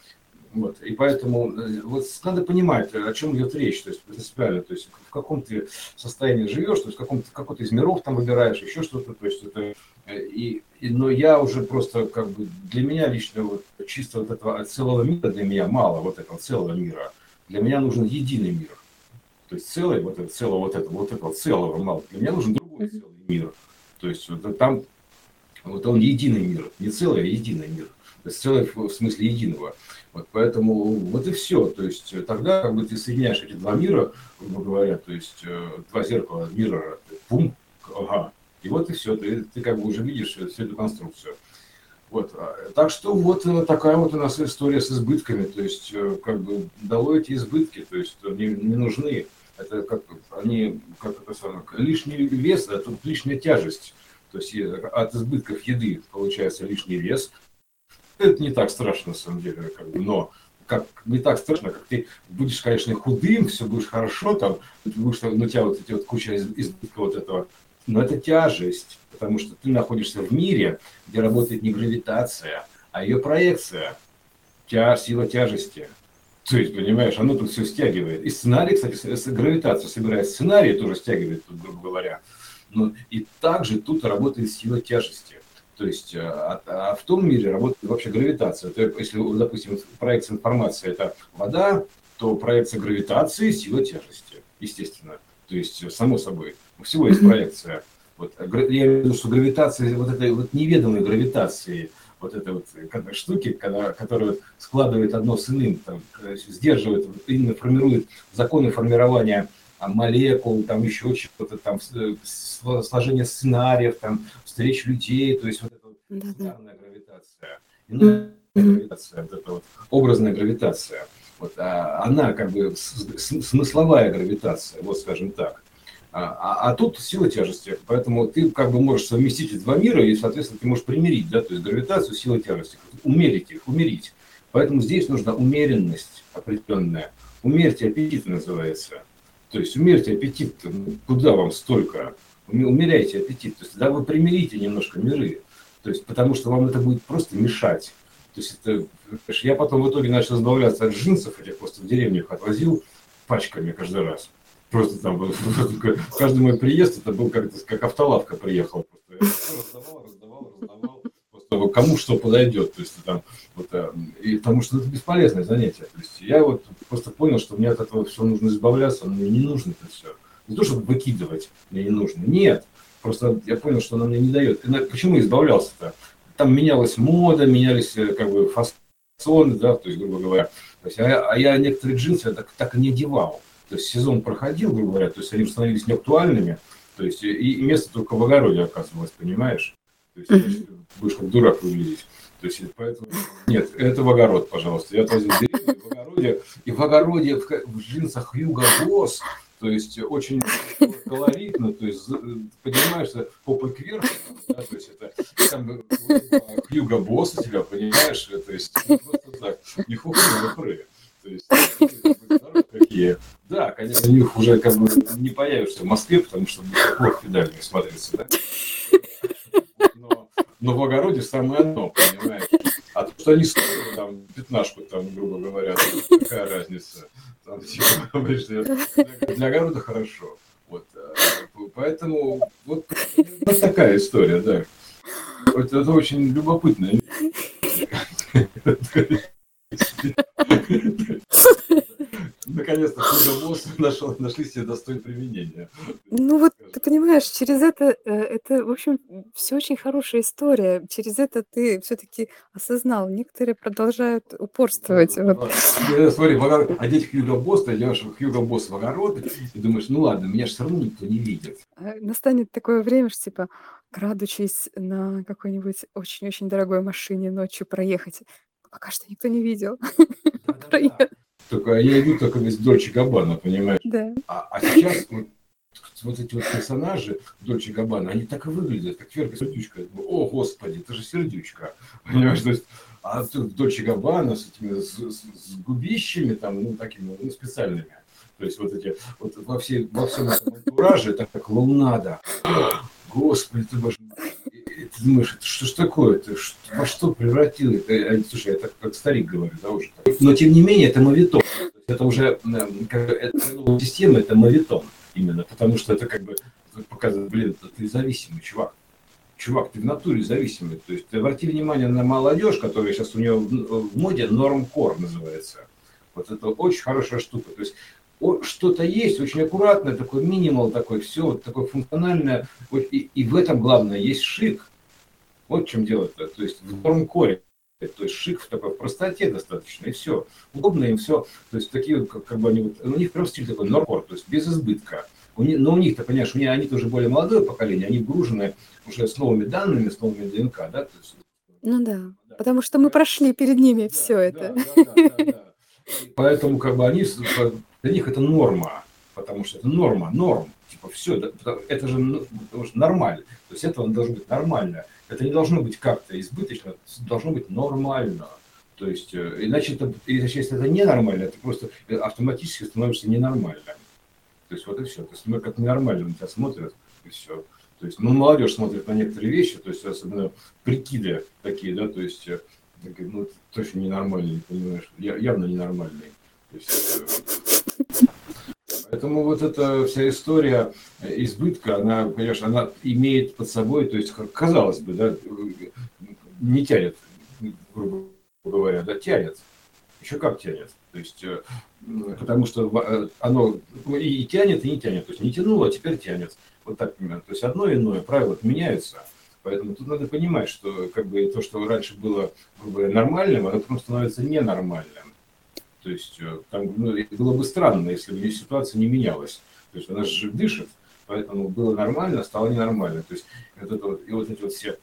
Вот. И поэтому вот надо понимать, о чем идет речь, то есть принципиально, то есть в каком ты состоянии живешь, то есть в каком-то какой-то из миров там выбираешь, еще что-то, то есть это и, и но я уже просто как бы для меня лично вот чисто вот этого целого мира для меня мало, вот этого целого мира. Для меня нужен единый мир. То есть целый, вот это целого, вот это, вот этого целого мало. Для меня нужен другой целый мир. То есть вот там вот он единый мир, не целый, а единый мир. То есть целый в смысле единого. Вот поэтому вот и все. То есть тогда как бы ты соединяешь эти два мира, грубо говоря, то есть два зеркала мира, пум, ага. И вот и все. Ты, ты как бы уже видишь всю эту конструкцию. Вот. Так что вот такая вот у нас история с избытками. То есть как бы долой эти избытки, то есть они не нужны. Это как они, как это самое, лишний вес, а тут лишняя тяжесть. То есть от избытков еды получается лишний вес. Это не так страшно, на самом деле, как бы, но как, не так страшно, как ты будешь, конечно, худым, все будешь хорошо, там, будешь, ну, у тебя вот эти вот куча избытков вот этого, но это тяжесть, потому что ты находишься в мире, где работает не гравитация, а ее проекция, тя, сила тяжести. То есть, понимаешь, оно тут все стягивает. И сценарий, кстати, гравитация собирает сценарий, тоже стягивает, грубо говоря. Но и также тут работает сила тяжести. То есть, а, а в том мире работает вообще гравитация. То есть, если, допустим, проекция информации – это вода, то проекция гравитации – сила тяжести, естественно. То есть, само собой, у всего есть проекция. Вот, я имею в виду, что гравитация, вот этой вот неведомой гравитации, вот этой вот штуки, когда, которая складывает одно с иным, там, сдерживает, именно формирует законы формирования молекул, там еще чего-то, там, сложение сценариев, там, встреч людей, то есть вот эта вот сценарная гравитация, иная гравитация, вот эта вот образная гравитация, вот, а, она как бы смысловая гравитация, вот скажем так. А, а тут сила тяжести, поэтому ты как бы можешь совместить эти два мира, и, соответственно, ты можешь примирить, да, то есть гравитацию, силу тяжести, умерить их, умерить. Поэтому здесь нужна умеренность определенная. Умерьте аппетит называется. То есть умерьте аппетит, куда вам столько, умеряйте аппетит, то есть тогда вы примирите немножко миры, то есть потому что вам это будет просто мешать. То есть это, я потом в итоге начал избавляться от джинсов, этих просто в деревню их отвозил пачками каждый раз. Просто там был, каждый мой приезд, это был как, как автолавка приехала. Просто я раздавал, раздавал, раздавал. Просто кому что подойдет. То есть, там, вот, и, потому что это бесполезное занятие. То есть, я вот просто понял, что мне от этого всего нужно избавляться, но мне не нужно это все. Не то, чтобы выкидывать мне не нужно. Нет. Просто я понял, что она мне не дает. И почему избавлялся-то? Там менялась мода, менялись как бы фасоны, да, то есть, грубо говоря. То есть, а, а я некоторые джинсы так, так и не одевал. То есть сезон проходил, грубо говоря, то есть они становились неактуальными, то есть и место только в огороде оказывалось, понимаешь? То есть значит, будешь как дурак выглядеть. То есть поэтому нет, это в огород, пожалуйста. Я отвозил в деревню, в огороде, и в огороде в, в джинсах Hugo Boss, то есть очень колоритно, то есть поднимаешься попой кверху, да, то есть это там Hugo Boss у тебя, понимаешь, то есть просто так, не хухры, не хухры. То есть, какие. Да, конечно, у них уже как бы не появишься в Москве, потому что плохо педальный смотрится, да? Но, но в огороде самое одно, понимаешь? А то, что они стоят, там, пятнашку, там, грубо говоря, какая разница? Там, типа, для, для огорода хорошо. Вот, поэтому вот, вот такая история, да. Вот, это очень любопытно. Наконец-то Hugo Boss нашел, нашли себе достойное применение. Ну вот, ты понимаешь, через это, это, в общем, все очень хорошая история. Через это ты все-таки осознал. Некоторые продолжают упорствовать. Вот. Я, смотри, в огород, одеть Hugo Boss, ты идешь в Hugo Boss в огород и думаешь, ну ладно, меня же все равно никто не видит. Настанет такое время, что типа, крадучись на какой-нибудь очень-очень дорогой машине ночью проехать. Пока что никто не видел. Да-да-да. Только я иду только весь Дольче Габбана, понимаешь? Да. А, а сейчас вот, вот эти вот персонажи Дольче Габбана, они так и выглядят, как Верка Сердючка. О, господи, это же Сердючка. Понимаешь, то есть, а тут Дольче Габбана с этими с, с, с губищами, там, ну, такими, ну, специальными. То есть вот эти, вот во, всей, во всем этом антураже, это как клоунада. Господи, ты боже мой. ты думаешь, это что ж такое, это во что превратил это? Слушай, я так как старик говорю, да, уже. Но тем не менее, это моветон. Это уже это, система, это моветон именно, потому что это как бы показывает, блин, ты зависимый чувак. Чувак, ты в натуре зависимый. То есть ты обрати внимание на молодежь, которая сейчас у нее в моде нормкор называется. Вот это очень хорошая штука. То есть что-то есть, очень аккуратное, такой минимал, такой все, вот такое функциональное. И, и в этом главное есть шик. Вот в чем дело-то. То есть в нормкоре. То есть шик в такой в простоте достаточно, и все. Удобно им все. То есть такие, как, как бы они, вот, у них прям стиль такой нормкор, то есть без избытка. У них, но у них-то, понимаешь, у них, они тоже более молодое поколение, они гружены уже с новыми данными, с новыми ДНК, да? То есть, ну да, да, потому что мы прошли перед ними да, все это. Да, да, да, да, да. Поэтому как бы они, для них это норма, потому что это норма, норм. Типа все, это же потому что нормально. То есть это должно быть нормально. Это не должно быть как-то избыточно, это должно быть нормально. То есть, иначе, это, иначе если это ненормально, это просто автоматически становишься ненормальным. То есть вот и все. То есть мы как ненормально на тебя смотрят, и все. То есть, ну, молодежь смотрит на некоторые вещи, то есть особенно прикиды такие, да, то есть, ну, точно ненормальные, понимаешь, явно ненормальные. То есть, поэтому вот эта вся история избытка, она, конечно, она имеет под собой, то есть, казалось бы, да, не тянет, грубо говоря, да, тянет. Еще как тянет. То есть, потому что оно и тянет, и не тянет. То есть не тянуло, а теперь тянет. Вот так примерно. То есть одно и иное, правила меняются. Поэтому тут надо понимать, что как бы то, что раньше было, грубо говоря, нормальным, оно потом становится ненормальным. То есть там, ну, было бы странно, если бы ситуация не менялась. То есть она же дышит, поэтому было нормально, стало ненормально. То есть вот это вот, и вот эти вот все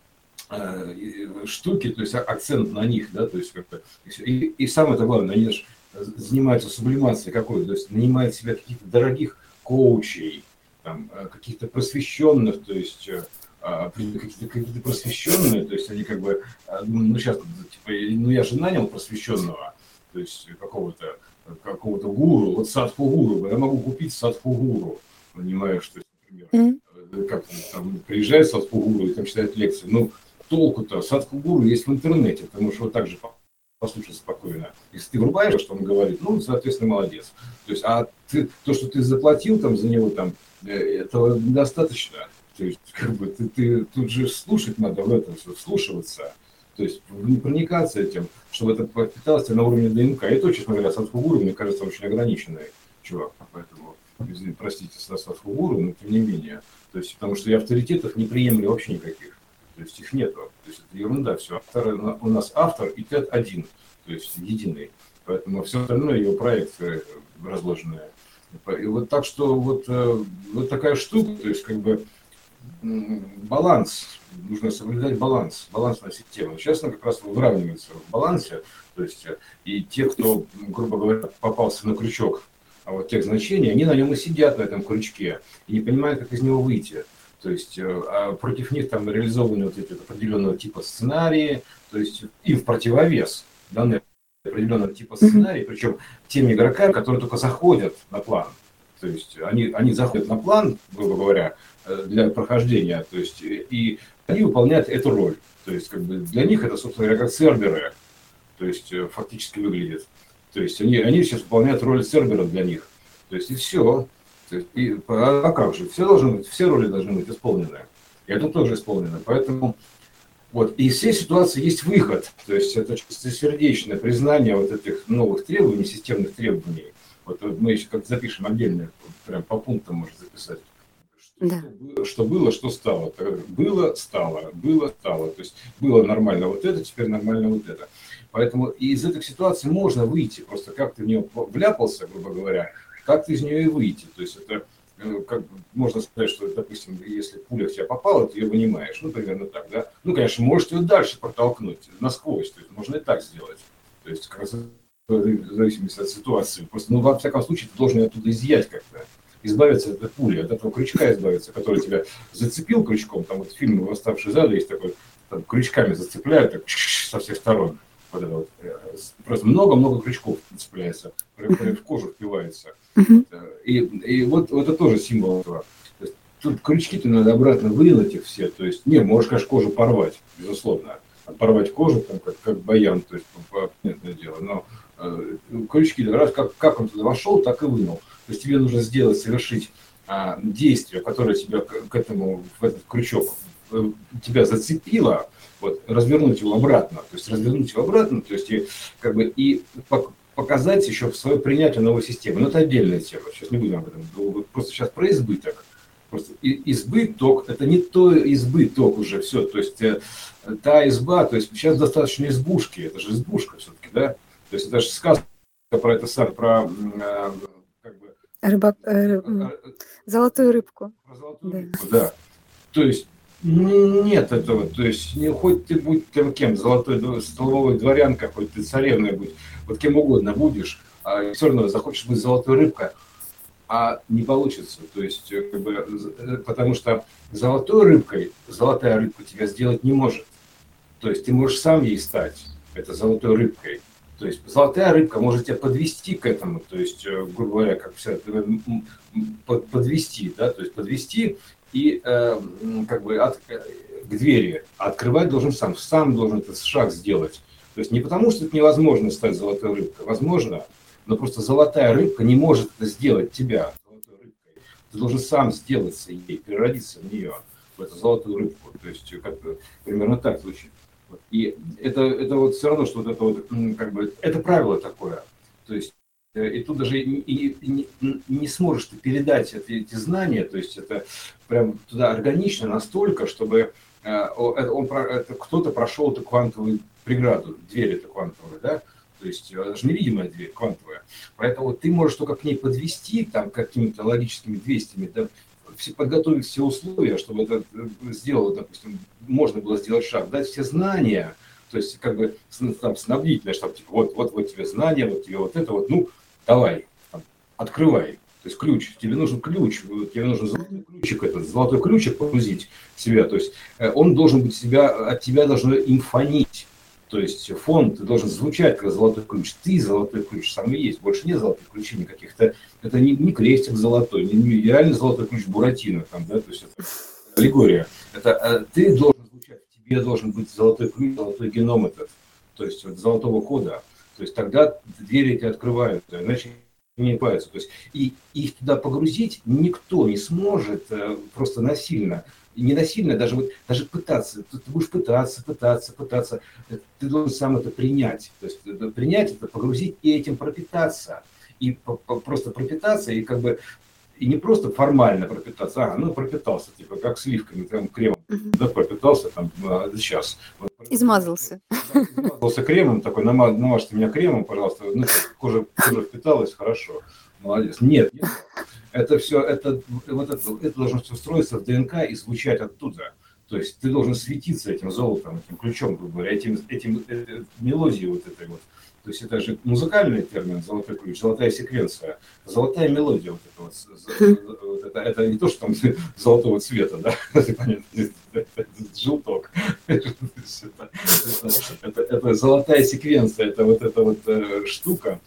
штуки, то есть акцент на них, да, то есть как-то и, и самое это главное, они же занимаются сублимацией какой-то, то есть нанимают себе каких-то дорогих коучей, там, каких-то просвещенных, то есть какие-то, какие-то просвещенные, то есть они как бы, ну сейчас, типа, ну я же нанял просвещенного, то есть какого-то какого-то гуру, вот садху гуру, я могу купить садху гуру, понимаешь, что, например, mm-hmm. как там приезжает садху гуру и там читает лекции, ну толку-то, садху гуру есть в интернете, потому что вот так же послушать спокойно. Если ты врубаешь, что он говорит, ну, соответственно, молодец. То есть, а ты, то, что ты заплатил там за него, там, этого недостаточно. То есть, как бы, ты, ты тут же слушать надо в этом, вслушиваться. То есть, не проникаться этим, чтобы это подпиталось на уровне ДНК. И то, честно говоря, садху гуру, мне кажется, очень ограниченный чувак. Поэтому, извините, простите, садху гуру, но тем не менее. То есть, потому что я авторитетов не приемлю вообще никаких. То есть их нету. То есть это ерунда все. Автор, у нас автор и тет один, то есть единый. Поэтому все остальное его проекты разложенные. И вот так что вот, вот такая штука, то есть как бы баланс, нужно соблюдать баланс, балансная система. Сейчас она как раз выравнивается в балансе, то есть и те, кто, грубо говоря, попался на крючок, а вот тех значений, они на нем и сидят, на этом крючке, и не понимают, как из него выйти. То есть а против них там реализованы вот эти определенного типа сценарии, то есть им в противовес данные определенного типа сценарии, причем тем игрокам, которые только заходят на план. То есть они, они заходят на план, грубо говоря, для прохождения, то есть и они выполняют эту роль. То есть как бы для них это, собственно говоря, как серверы, то есть фактически выглядит. То есть они, они сейчас выполняют роль сервера для них. То есть и все. И, а как же? Все должны быть, все роли должны быть исполнены. И это тоже исполнено. Поэтому вот, и из всей ситуации есть выход. То есть это чистосердечное признание вот этих новых требований, системных требований. Вот мы еще как запишем отдельно, прям по пунктам можно записать. Да. Что, что было, что стало. Было, стало, было, стало. То есть было нормально вот это, теперь нормально вот это. Поэтому из этой ситуации можно выйти. Просто как ты в нее вляпался, грубо говоря, как ты из нее и выйти. То есть это, как можно сказать, что, допустим, если пуля в тебя попала, ты ее вынимаешь. Ну, примерно так, да. Ну, конечно, можешь ее дальше протолкнуть насквозь. То есть можно и так сделать. То есть как раз в зависимости от ситуации. Просто, ну, во всяком случае, ты должен ее оттуда изъять как-то. Избавиться от этой пули, от этого крючка избавиться, который тебя зацепил крючком. Там вот фильм «Восставший из ада» есть такой, там крючками зацепляют так, со всех сторон. Вот это вот. Просто много-много крючков цепляется, в кожу впивается. И, и вот, вот это тоже символ этого. То есть тут крючки-то надо обратно вынуть их все, то есть, не, можешь, конечно, кожу порвать, безусловно, порвать кожу, там, как, как баян, то есть, понятное дело, но э, крючки, раз как, как он туда вошел, так и вынул. То есть тебе нужно сделать, совершить а, действие, которое тебя к, к этому, в этот крючок э, тебя зацепило, вот, развернуть его обратно, то есть развернуть его обратно, то есть и, как бы, и показать еще свое принятие новой системы. Но это отдельная тема, сейчас не будем об этом, просто сейчас про избыток. Просто избыток, это не то избыток уже, все, то есть э, та изба, то есть сейчас достаточно избушки, это же избушка все-таки, да, то есть это же сказка про это сам, про э, как бы, Рыбак, э, золотую рыбку. Про золотую да. рыбку, да. То есть нет этого, то есть не, хоть ты будь там кем, золотой столовой дворянка, хоть ты царевной будь, вот кем угодно будешь, а все равно захочешь быть золотой рыбкой, а не получится, то есть, как бы, потому что золотой рыбкой, золотая рыбка тебя сделать не может. То есть ты можешь сам ей стать, это золотой рыбкой. То есть золотая рыбка может тебя подвести к этому, то есть, грубо говоря, как вся, подвести, да, то есть подвести и э, как бы от, к двери, а открывать должен сам, сам должен этот шаг сделать. То есть не потому, что это невозможно стать золотой рыбкой, возможно, но просто золотая рыбка не может это сделать тебя золотой рыбкой. Ты должен сам сделаться ей, переродиться в нее, в эту золотую рыбку. То есть как примерно так звучит. И это, это вот все равно, что вот это вот, как бы, это правило такое. То есть и тут даже и, и, и не, не сможешь ты передать эти, эти знания, то есть это прям туда органично настолько, чтобы э, он, это, кто-то прошел эту квантовую преграду, дверь эту квантовую, да, то есть это же невидимая дверь, квантовая. Поэтому ты можешь только к ней подвести там какими-то логическими действиями, да, подготовить все условия, чтобы это сделало, допустим, можно было сделать шаг, дать все знания, то есть как бы там снабдить, да, чтобы типа, вот, вот, вот тебе знания, вот тебе вот это вот, ну, давай, там, открывай. То есть ключ, тебе нужен ключ, тебе нужен золотой ключик, этот золотой ключик погрузить в себя, то есть он должен быть себя, от тебя должно имфонить. То есть фон, ты должен звучать как золотой ключ. Ты золотой ключ, сам и есть. Больше нет золотых ключей никаких-то. Это не, не крестик золотой, не, не реально золотой ключ Буратино. Там, да? То есть это аллегория. Это, а, ты должен звучать, в тебе должен быть золотой ключ, золотой геном этот. То есть вот, золотого кода. То есть тогда двери эти открываются, иначе не открываются. То есть и их туда погрузить никто не сможет просто насильно. Не насильно, даже, вот, даже пытаться, ты, ты будешь пытаться, пытаться, пытаться, ты должен сам это принять. То есть это, принять это, погрузить и этим пропитаться. И по, по, просто пропитаться, и как бы, и не просто формально пропитаться, а, ну пропитался, типа как сливками, там кремом, uh-huh. да, пропитался там а, сейчас. Вот, измазался. Да, измазался кремом, такой, намаж, намажьте меня кремом, пожалуйста, ну, кожа, кожа впиталась, хорошо, молодец. Нет, нет. Это все, это, вот это, это должно все встроиться в ДНК и звучать оттуда. То есть ты должен светиться этим золотом, этим ключом, грубо говоря, этим, этим э, мелодией вот этой вот. То есть это же музыкальный термин, золотой ключ, золотая секвенция, золотая мелодия вот это вот. вот это, это не то, что там золотого цвета, да, это понятно, это желток. Это, это, это золотая секвенция, это вот эта вот э, штука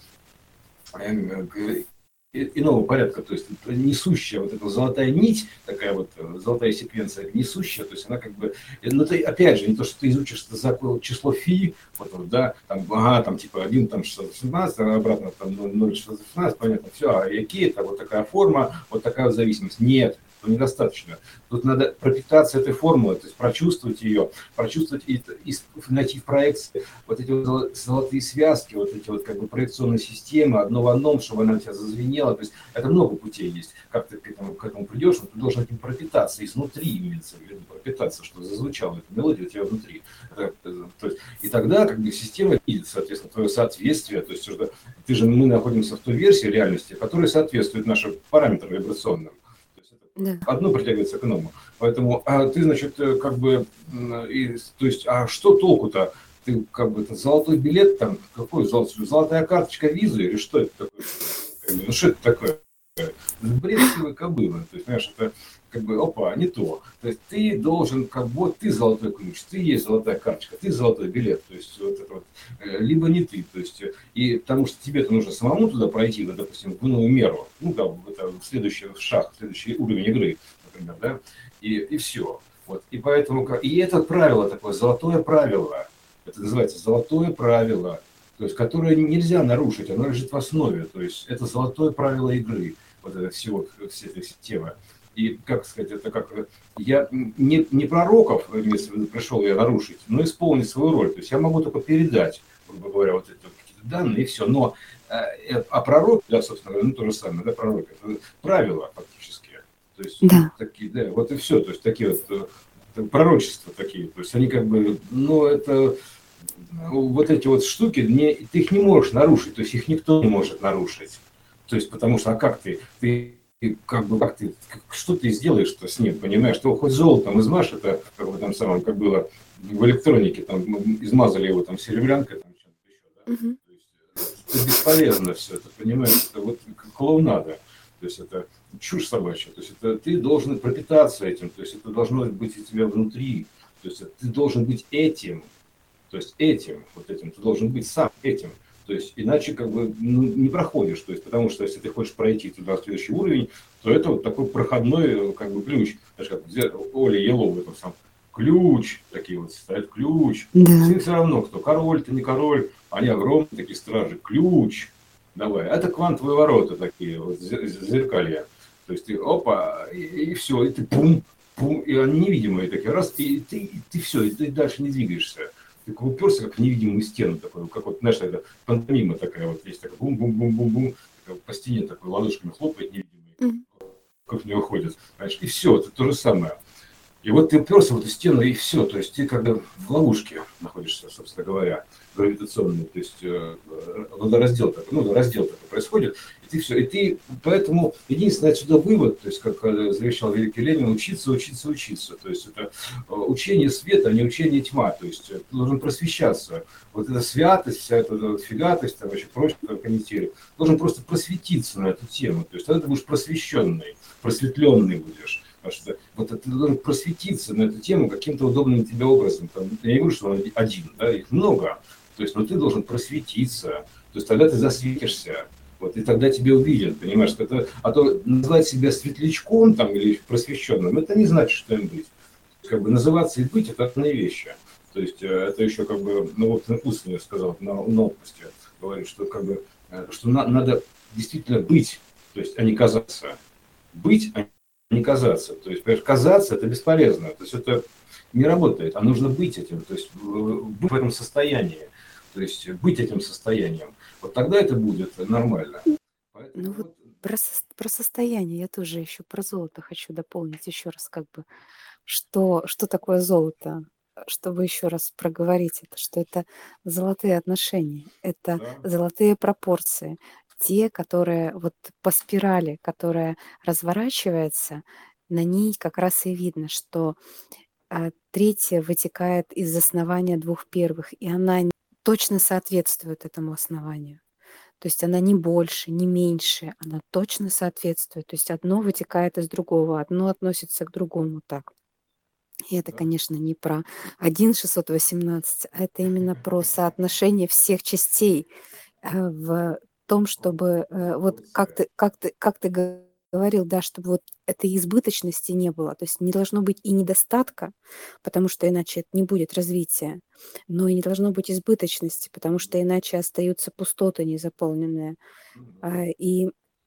иного порядка, то есть несущая вот эта золотая нить, такая вот золотая секвенция несущая, то есть она как бы, ну ты опять же, не то, что ты изучишь это число фи, вот, да, там, ага, там типа один, там шестьсот семнадцать, обратно там ноль шестьсот шестнадцать, понятно, все, а какие это, вот такая форма, вот такая вот зависимость. Нет, этого недостаточно. Тут надо пропитаться этой формулой, то есть прочувствовать ее, прочувствовать и, и найти в проекции вот эти вот золотые связки, вот эти вот как бы проекционные системы, одно в одном, чтобы она у тебя зазвенела. То есть это много путей есть, как ты к этому, к этому придешь, но ты должен этим пропитаться, изнутри имеется в виду, пропитаться, чтобы зазвучала эта мелодия у тебя внутри. Это, то есть, и тогда как бы система видит, соответственно, твое соответствие, то есть что ты же, мы находимся в той версии реальности, которая соответствует нашим параметрам вибрационным. Да. Одно притягивается к иному. Поэтому а ты, значит, как бы, и, то есть, а что толку-то? Ты как бы это золотой билет, там, какой золотой, золотая карточка визы, или что это такое? Ну что это такое? Бред сивой кобылы. То есть, знаешь, это как бы, опа, не то. То есть ты должен, как бы, ты золотой ключ, ты есть золотая карточка, ты золотой билет. То есть вот это вот, либо не ты. То есть, и потому что тебе-то нужно самому туда пройти, ну, допустим, в иную меру. Ну, да, это следующий шаг, следующий уровень игры. например, да, и, и все. Вот. И поэтому, и это правило такое, золотое правило, это называется золотое правило, то есть, которое нельзя нарушить, оно лежит в основе, то есть это золотое правило игры, вот это всего, все этой системы. И, как сказать, это как, я не, не пророков пришел я нарушить, но исполнить свою роль, то есть я могу только передать, грубо говоря, вот эти вот какие-то данные и все, но а пророк, да, собственно говоря, ну то же самое, да, пророк, это правила фактически, то есть Да. такие, да, вот и все, то есть такие вот пророчества такие, то есть они как бы, ну это, вот эти вот штуки, не, ты их не можешь нарушить, то есть их никто не может нарушить, то есть потому что, а как ты, ты как бы, как ты, что ты сделаешь-то с ним, понимаешь, что хоть золотом измажь, это как бы там самом, как было в электронике, там измазали его там серебрянкой, там чем-то еще, да, Угу. это бесполезно все это, понимаешь, это вот клоунада, то есть это чушь собачья, то есть это ты должен пропитаться этим, то есть это должно быть у тебя внутри, то есть ты должен быть этим, то есть этим, вот этим, ты должен быть сам этим, то есть иначе как бы ну, не проходишь, то есть потому что если ты хочешь пройти туда в следующий уровень, то это вот такой проходной как бы ключ, знаешь, как Оля Елова, там сам ключ, такие вот стоят ключ, Да. все равно кто, король ты не король, они огромные такие стражи, ключ, давай, это квантовые ворота такие, вот зеркалья, то есть ты опа, и, и все, и ты пум, пум, и они невидимые такие, раз, и ты, и ты все, и ты дальше не двигаешься. Ты уперся как в невидимую стену, такой, как вот, знаешь, это пантомима такая вот есть, такая бум-бум-бум-бум-бум, по стене такой ладошками хлопает невидимый, Угу. как в него ходит, знаешь, и все, это то же самое. И вот ты уперся в эту стену, и все, то есть ты как бы в ловушке находишься, собственно говоря, гравитационный, то есть э, водораздел такой, ну, раздел такой происходит, и ты все, и ты, поэтому единственный отсюда вывод, то есть, как завещал великий Ленин, учиться, учиться, учиться, то есть это учение света, а не учение тьма, то есть ты должен просвещаться, вот эта святость, вся эта фигатость, там, вообще прочее, канители, должен просто просветиться на эту тему, то есть тогда ты будешь просвещенный, просветленный будешь. Потому что вот ты должен просветиться на эту тему каким-то удобным тебе образом. Там, я не говорю, что он один, да, их много. То есть, но ты должен просветиться. То есть тогда ты засветишься. Вот, и тогда тебя увидят, понимаешь? Это, а то называть себя светлячком там, или просвещенным, это не значит, что им быть. Как бы называться и быть – это разные вещи. То есть это еще как бы, ну вот Устин сказал на, на отпуске, говорит, что как бы, что на, надо действительно быть, то есть, а не казаться. Быть, а не казаться. То есть, понимаешь, казаться – это бесполезно. То есть это не работает, а нужно быть этим, то есть быть в этом состоянии, то есть быть этим состоянием. Вот тогда это будет нормально. Поэтому Ну вот вот... про, со- про состояние я тоже еще про золото хочу дополнить еще раз, как бы, что, что такое золото, чтобы еще раз проговорить это, что это золотые отношения, это Да, золотые пропорции, те, которые вот по спирали, которая разворачивается, на ней как раз и видно, что а, третья вытекает из основания двух первых, и она точно соответствует этому основанию. То есть она не больше, не меньше, она точно соответствует. То есть одно вытекает из другого, одно относится к другому так. И это, да. конечно, не про один шестьсот восемнадцать, а это именно про соотношение всех частей э, в том, чтобы э, вот как ты, как ты, как ты га- говорил, да, чтобы вот этой избыточности не было. То есть не должно быть и недостатка, потому что иначе это не будет развития, но и не должно быть избыточности, потому что иначе остаются пустоты незаполненные. А, И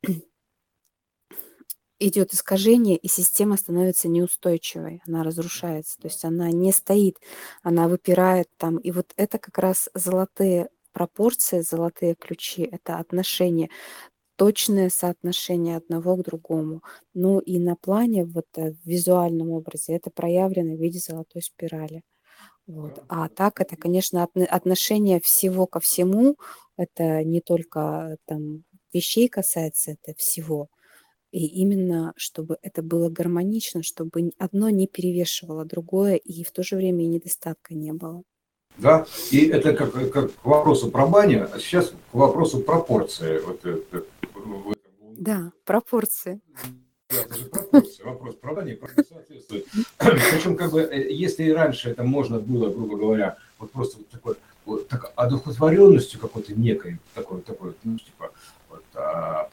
идет искажение, и система становится неустойчивой, она разрушается, то есть она не стоит, она выпирает там. И вот это как раз золотые пропорции, золотые ключи, это отношение, точное соотношение одного к другому. Ну и на плане, вот э, в визуальном образе, это проявлено в виде золотой спирали. Вот. А так это, конечно, отно- отношение всего ко всему, это не только там вещей касается, это всего. И именно, чтобы это было гармонично, чтобы н- одно не перевешивало другое, и в то же время и недостатка не было. Да, и это как, как к вопросу про баню, а сейчас к вопросу пропорции. Вот это, в этом. Да, пропорции. Да, это же пропорции, вопрос про баню, про соответствует. Причем, как бы, э, если и раньше это можно было, грубо говоря, вот просто вот такой, вот так, одухотворенностью какой-то некой, такой, такой, ну, типа, вот, а,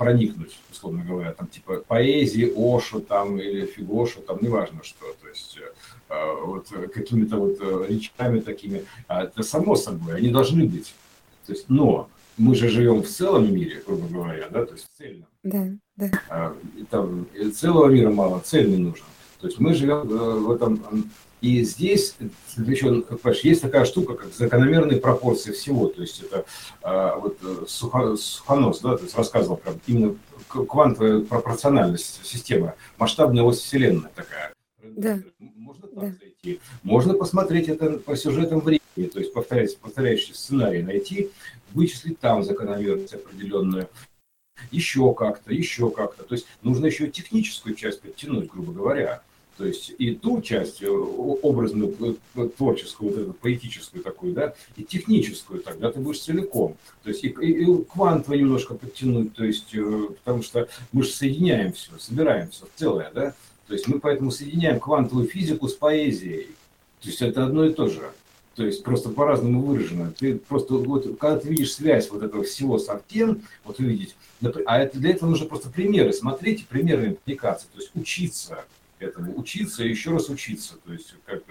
проникнуть, условно говоря, там типа поэзии Ошу там или Фигошу, там неважно что, то есть э, вот какими-то вот речами такими, а это само собой, они должны быть, то есть, но мы же живем в целом мире, грубо говоря, да, то есть в цельном. Да, да. А, там целого мира мало, цельный нужен. То есть мы живем в этом. И здесь еще, есть такая штука, как закономерные пропорции всего. То есть это а, вот Сухонос, да, то есть рассказывал прям именно квантовая пропорциональность системы, масштабная ось Вселенной такая. Да. Можно так Да. зайти. Можно посмотреть это по сюжетам времени, то есть повторять, повторяющий сценарий найти, вычислить там закономерность определенную. Еще как-то, еще как-то. То есть нужно еще техническую часть подтянуть, грубо говоря. То есть и ту часть образную, творческую, вот эту поэтическую такую, да, и техническую, тогда ты будешь целиком. То есть и, и, и квантово немножко подтянуть, то есть, потому что мы же соединяем все, собираем все в целое, да. То есть мы поэтому соединяем квантовую физику с поэзией. То есть это одно и то же. То есть просто по-разному выражено. Ты просто, вот, когда ты видишь связь вот этого всего с Артен, вот увидеть, а это, для этого нужно просто примеры, смотрите, примеры импликации, то есть учиться этому, учиться и еще раз учиться, то есть как,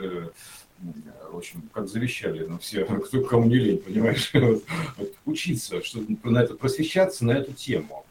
в общем, как завещали нам все, кто кому не лень, понимаешь, вот, вот, учиться, чтобы на это просвещаться на эту тему,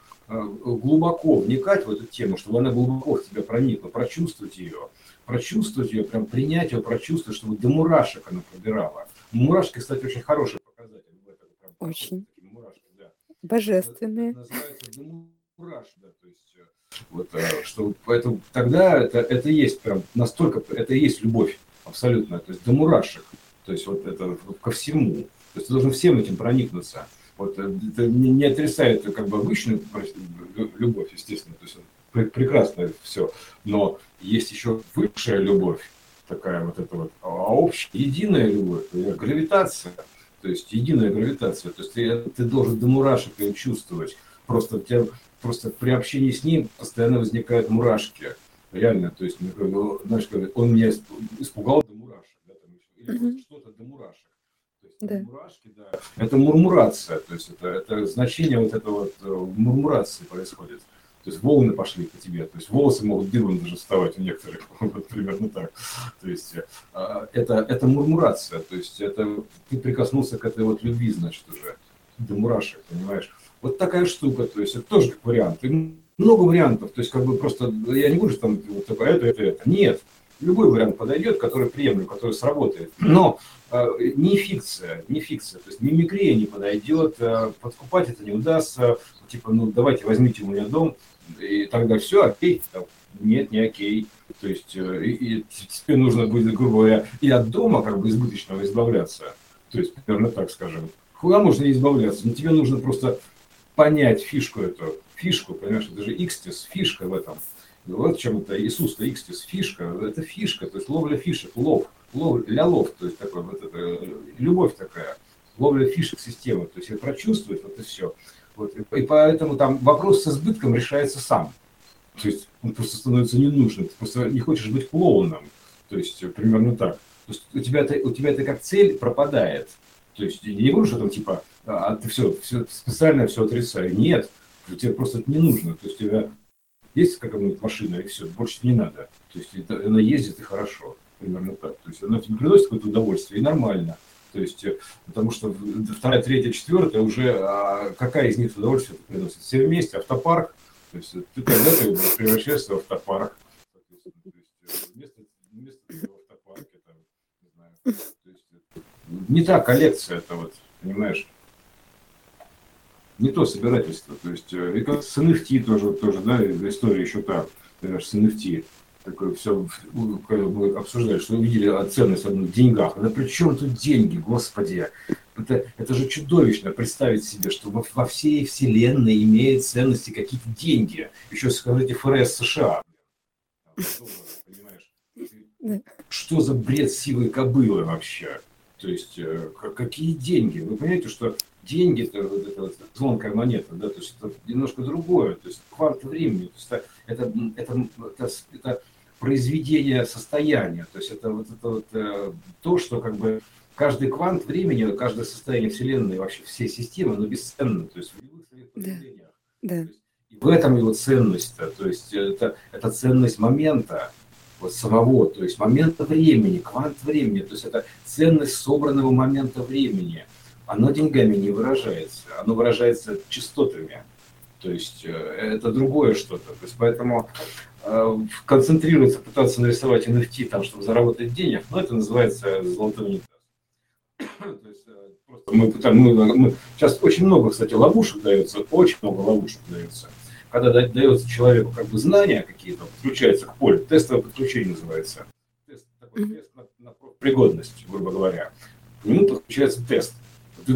глубоко вникать в эту тему, чтобы она глубоко в тебя проникла, прочувствовать ее, прочувствовать ее, прям принять ее, прочувствовать, чтобы до мурашек она пробирала. Мурашки, кстати, очень хороший показатель. Прям, очень. Мурашки, да. Божественные. Это называется до мурашек, да, то есть вот, что поэтому тогда это, это есть прям настолько, это и есть любовь абсолютно, то есть до мурашек, то есть вот это ко всему, то есть ты должен всем этим проникнуться. Вот это не отрицает как бы обычную любовь, естественно, то есть прекрасно все, но есть еще высшая любовь, такая вот эта вот, а общая, единая любовь, гравитация, то есть единая гравитация, то есть ты, ты должен до мурашек ее чувствовать, просто у тебя, просто при общении с ним постоянно возникают мурашки, реально, то есть, знаешь, он меня испугал до мурашек, да, там, или просто что-то до мурашек. Да. Мурашки, да. Это мурмурация, то есть это, это значение вот этого вот мурмурации происходит. То есть волны пошли по тебе, то есть волосы могут дыбом даже вставать у некоторых, вот примерно так. То есть это, это мурмурация, то есть это ты прикоснулся к этой вот любви, значит, уже до мурашек, понимаешь. Вот такая штука, то есть это тоже как вариант. И много вариантов, то есть как бы просто, я не буду там вот такое, это, это, это. Нет. Любой вариант подойдет, который приемлем, который сработает. Но э, не фикция, не фикция. То есть мимикрия не подойдет, э, подкупать это не удастся. Типа, ну давайте возьмите у меня дом, и тогда все, окей. Нет, не окей. То есть э, и, и теперь нужно будет, грубо говоря, и от дома как бы избыточного избавляться. То есть примерно так скажем. Куда можно не избавляться? Но тебе нужно просто понять фишку эту. Фишку, понимаешь, это же икстис, фишка в этом. Вот в чем это Иисус-то икстис, фишка, это фишка, то есть ловля фишек, лов, лов, ля лов, то есть такой вот это, любовь такая, ловля фишек системы, то есть прочувствовать вот и все. Вот, и поэтому там вопрос с избытком решается сам. То есть он просто становится ненужным, ты просто не хочешь быть клоуном, то есть примерно так. То есть у тебя это, у тебя это как цель пропадает. То есть я не говорю, что там типа, а ты все, все специально все отрицаю. Нет, тебе просто это не нужно. То есть у тебя есть какая-нибудь машина, и все, больше не надо. То есть она ездит, и хорошо, примерно так. То есть она тебе приносит какое-то удовольствие, и нормально. То есть, потому что вторая, третья, четвертая уже, а какая из них удовольствие это приносит? Все вместе, автопарк. То есть ты тогда ты превращаешься в автопарк. То есть, вместо, вместо автопарка, там, не знаю. То есть, не та коллекция, это вот, понимаешь? Не то собирательство, то есть, и как с эн эф ти тоже, тоже, да, история еще та, даже с эн эф ти, такое все, мы обсуждали, что увидели ценность в деньгах, да при чем тут деньги, господи, это, это же чудовищно представить себе, что во, во всей вселенной имеют ценности какие-то деньги, еще скажите эф эр эс США, понимаешь, что за бред сивой кобылы вообще, то есть, какие деньги, вы понимаете, что деньги, это, вот это вот звонкая монета, да, то есть это немножко другое, то есть квант времени, то есть это, это, это, это произведение состояния, то есть это вот это вот э, то, что как бы каждый квант времени, каждое состояние Вселенной, вообще все системы, оно бесценно, то есть в любых своих проявлениях. Да. То есть И в этом его ценность-то, то есть это, это ценность момента, вот самого, то есть момента времени, квант времени, то есть это ценность собранного момента времени. Оно деньгами не выражается, оно выражается частотами. То есть это другое что-то. То есть поэтому э, концентрироваться, пытаться нарисовать эн эф ти, там, чтобы заработать денег, ну, это называется золотой унитаз. То есть, просто мы, мы, мы, сейчас очень много, кстати, ловушек дается, очень много ловушек дается. Когда дается человеку как бы знания какие-то, подключается к полю, тестовое подключение называется. Тест, такой тест на, на пригодность, грубо говоря. К нему подключается тест. И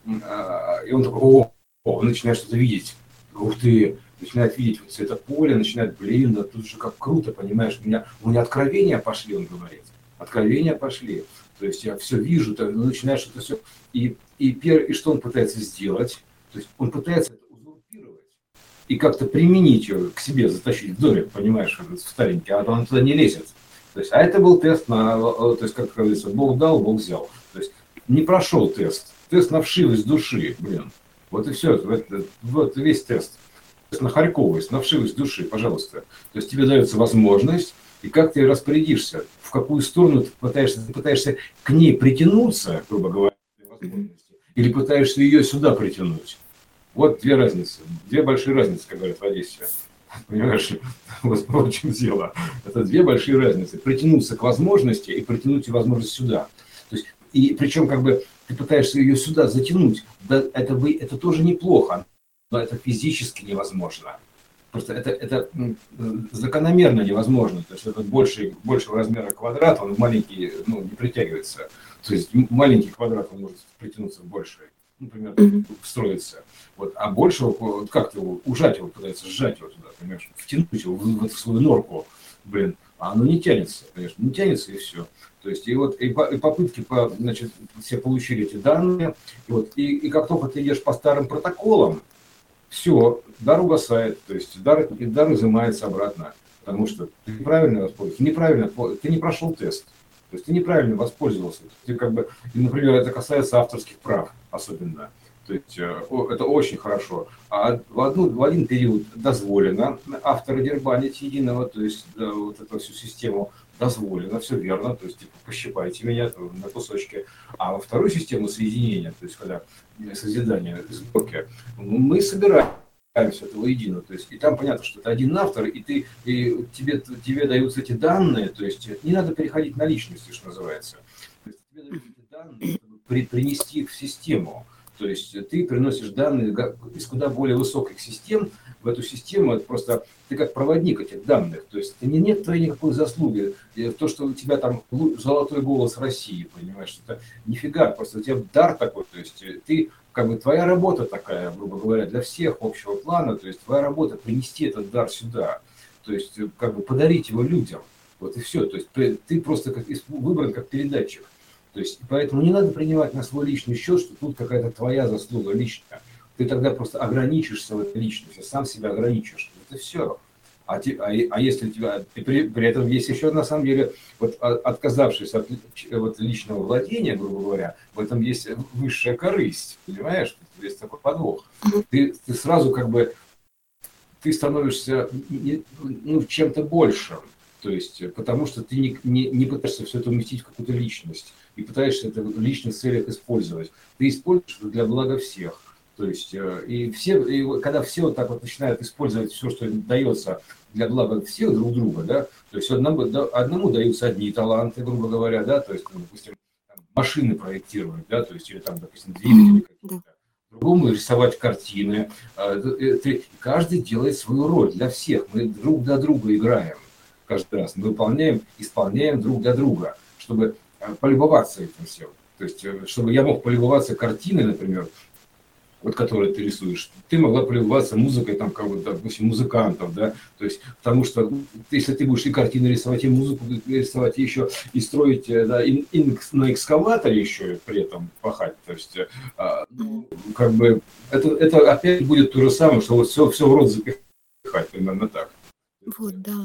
он такой, о, он начинает что-то видеть. Ух ты, начинает видеть вот это поле, начинает, блин, да тут же как круто, понимаешь, у меня, у меня откровения пошли, он говорит. Откровения пошли. То есть я все вижу, так, ну, начинает что-то все. И, и, пер, и что он пытается сделать? То есть он пытается это узурпировать и как-то применить ее к себе, затащить в домик, понимаешь, в старенький, а он туда не лезет. То есть, а это был тест на, то есть, как говорится, Бог дал, Бог взял. То есть не прошел тест. Тест на вшивость души, блин. Вот и все, вот, вот весь тест. Тест на харьковость, на вшивость души, пожалуйста. То есть тебе дается возможность, и как ты распорядишься, в какую сторону ты пытаешься, ты пытаешься к ней притянуться, грубо говоря, возможности, или пытаешься ее сюда притянуть. Вот две разницы, две большие разницы, как говорят в Одессе. Понимаешь, вот в чем дело. Это две большие разницы. Притянуться к возможности и притянуть ее возможность сюда. То есть, и причем как бы ты пытаешься ее сюда затянуть, да, это, вы, это тоже неплохо, но это физически невозможно. Просто это, это закономерно невозможно. То есть это больше, большего размера квадрат, он маленький, ну, не притягивается. То есть маленький квадрат, он может притянуться в больший, например, mm-hmm. встроиться. Вот, а большего, вот как-то его, ужать его пытается, сжать его туда, понимаешь, втянуть его в, в эту свою норку, блин, а оно не тянется, конечно, не тянется и все. То есть и вот и, по, и попытки, по, значит, все получили эти данные, и, вот, и, и как только ты идешь по старым протоколам, все, дар угасает, то есть дар, дар изымается обратно, потому что ты неправильно воспользовался, неправильно, ты не прошел тест, то есть ты неправильно воспользовался. Ты как бы, и, например, это касается авторских прав особенно. То есть это очень хорошо. А в, одну, в один период дозволено автора дербанить единого, то есть да, вот эту всю систему дозволено, все верно, то есть типа, пощипайте меня на кусочки. А во вторую систему соединения, то есть когда созидание, сборки, мы собираем все это воедино. То есть, и там понятно, что это один автор, и, ты, и тебе, тебе даются эти данные, то есть не надо переходить на личности, что называется. То есть тебе даются эти данные, чтобы при, принести их в систему. То есть ты приносишь данные из куда более высоких систем в эту систему, это просто ты как проводник этих данных. То есть не, нет твоей никакой заслуги. То, что у тебя там золотой голос России, понимаешь, это нифига, просто у тебя дар такой. То есть ты, как бы твоя работа такая, грубо говоря, для всех общего плана, то есть твоя работа принести этот дар сюда, то есть как бы подарить его людям. Вот и все. То есть ты просто как, выбран как передатчик. То есть, поэтому не надо принимать на свой личный счет, что тут какая-то твоя заслуга личная. Ты тогда просто ограничишься в этой личности, сам себя ограничишь. Это все. А, те, а, а если у тебя... При, при этом есть еще, на самом деле, вот, отказавшись от вот, личного владения, грубо говоря, в этом есть высшая корысть. Понимаешь? Есть такой подвох. Ты, ты сразу как бы... Ты становишься ну, чем-то большим. То есть, потому что ты не, не, не пытаешься все это уместить в какую-то личность и пытаешься это в личных целях использовать. Ты используешь это для блага всех. То есть, и все, и когда все вот так вот начинают использовать все, что им дается для блага всех друг друга, да, то есть одному, одному даются одни таланты, грубо говоря, да, то есть, ну, допустим, машины проектировать, да, то есть, или там, допустим, двигатели какие-то. Другому рисовать картины. Каждый делает свою роль для всех. Мы друг для друга играем. Каждый раз мы выполняем, исполняем друг для друга, чтобы полюбоваться этим всем. То есть, чтобы я мог полюбоваться картиной, например, вот которую ты рисуешь, ты могла полюбоваться музыкой, там, кого-то, допустим, музыкантов, да, то есть, потому что если ты будешь и картины рисовать, и музыку рисовать, и еще и строить, да, и, и на экскаваторе еще при этом пахать, то есть, ну, как бы, это, это опять будет то же самое, что вот все, все в рот запихать, примерно так. Вот, да.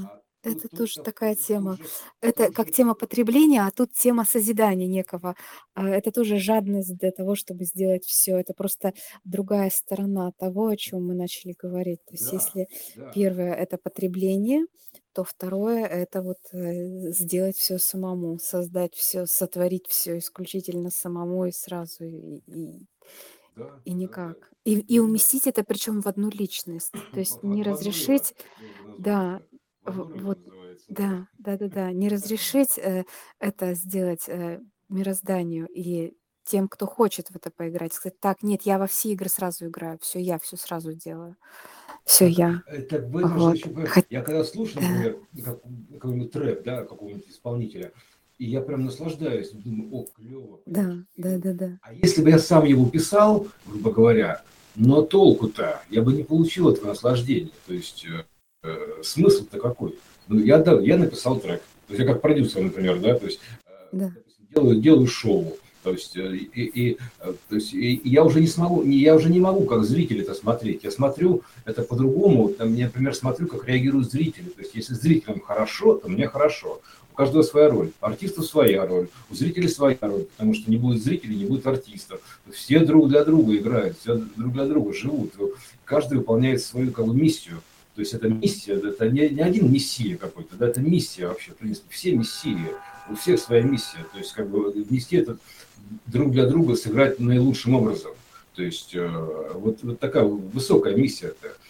тут, Это тут, тоже тут, такая тут тема. же, Это тут как же, тема потребления, а тут тема созидания некого. А, это тоже жадность для того, чтобы сделать все. Это просто другая сторона того, о чем мы начали говорить. То есть да, если да, первое — это потребление, то второе — это вот, э, сделать все самому, создать все, сотворить все исключительно самому и сразу, и и да, и да, да. никак. И и Именно уместить это причем в одну личность. То в, есть не в- в одно рыло, разрешить, я бы назвал да, это. В в одно рыло вот, называется, да. да, да-да-да, не разрешить, э, это сделать, э, мирозданию или тем, кто хочет в это поиграть. Сказать: "Так, нет, я во все игры сразу играю, все я, все сразу делаю, все Так, я". э, так в этом же Вот. еще, понимаешь, Хот я когда слушаю, Да, например, как- какой-нибудь трэп, да, какого-нибудь исполнителя, и я прям наслаждаюсь, думаю, о, клево, да, понимаешь. И- да-да-да. а если бы я сам его писал, грубо говоря, но толку-то, я бы не получил этого наслаждения. То есть э, э, смысл-то какой? Ну, я, да, я написал трек. То есть я как продюсер, например, да, то есть э, Да. допустим, делаю, делаю шоу. То есть, э, и, и, э, то есть и, и я уже не смогу, не, я уже не могу как зритель это смотреть. Я смотрю это по-другому. Там, я, например, смотрю, как реагируют зрители. То есть, если зрителям хорошо, то мне хорошо. У каждого своя роль. Артисту своя роль, у зрителей своя роль, потому что не будет зрителей, не будет артистов. Все друг для друга играют, все друг для друга живут. Каждый выполняет свою как бы миссию. То есть это миссия, это не, не один мессия какой-то, да, это миссия вообще, в принципе, все мессии, у всех своя миссия. То есть как бы внести этот друг для друга, сыграть наилучшим образом. То есть э, вот, вот такая высокая миссия.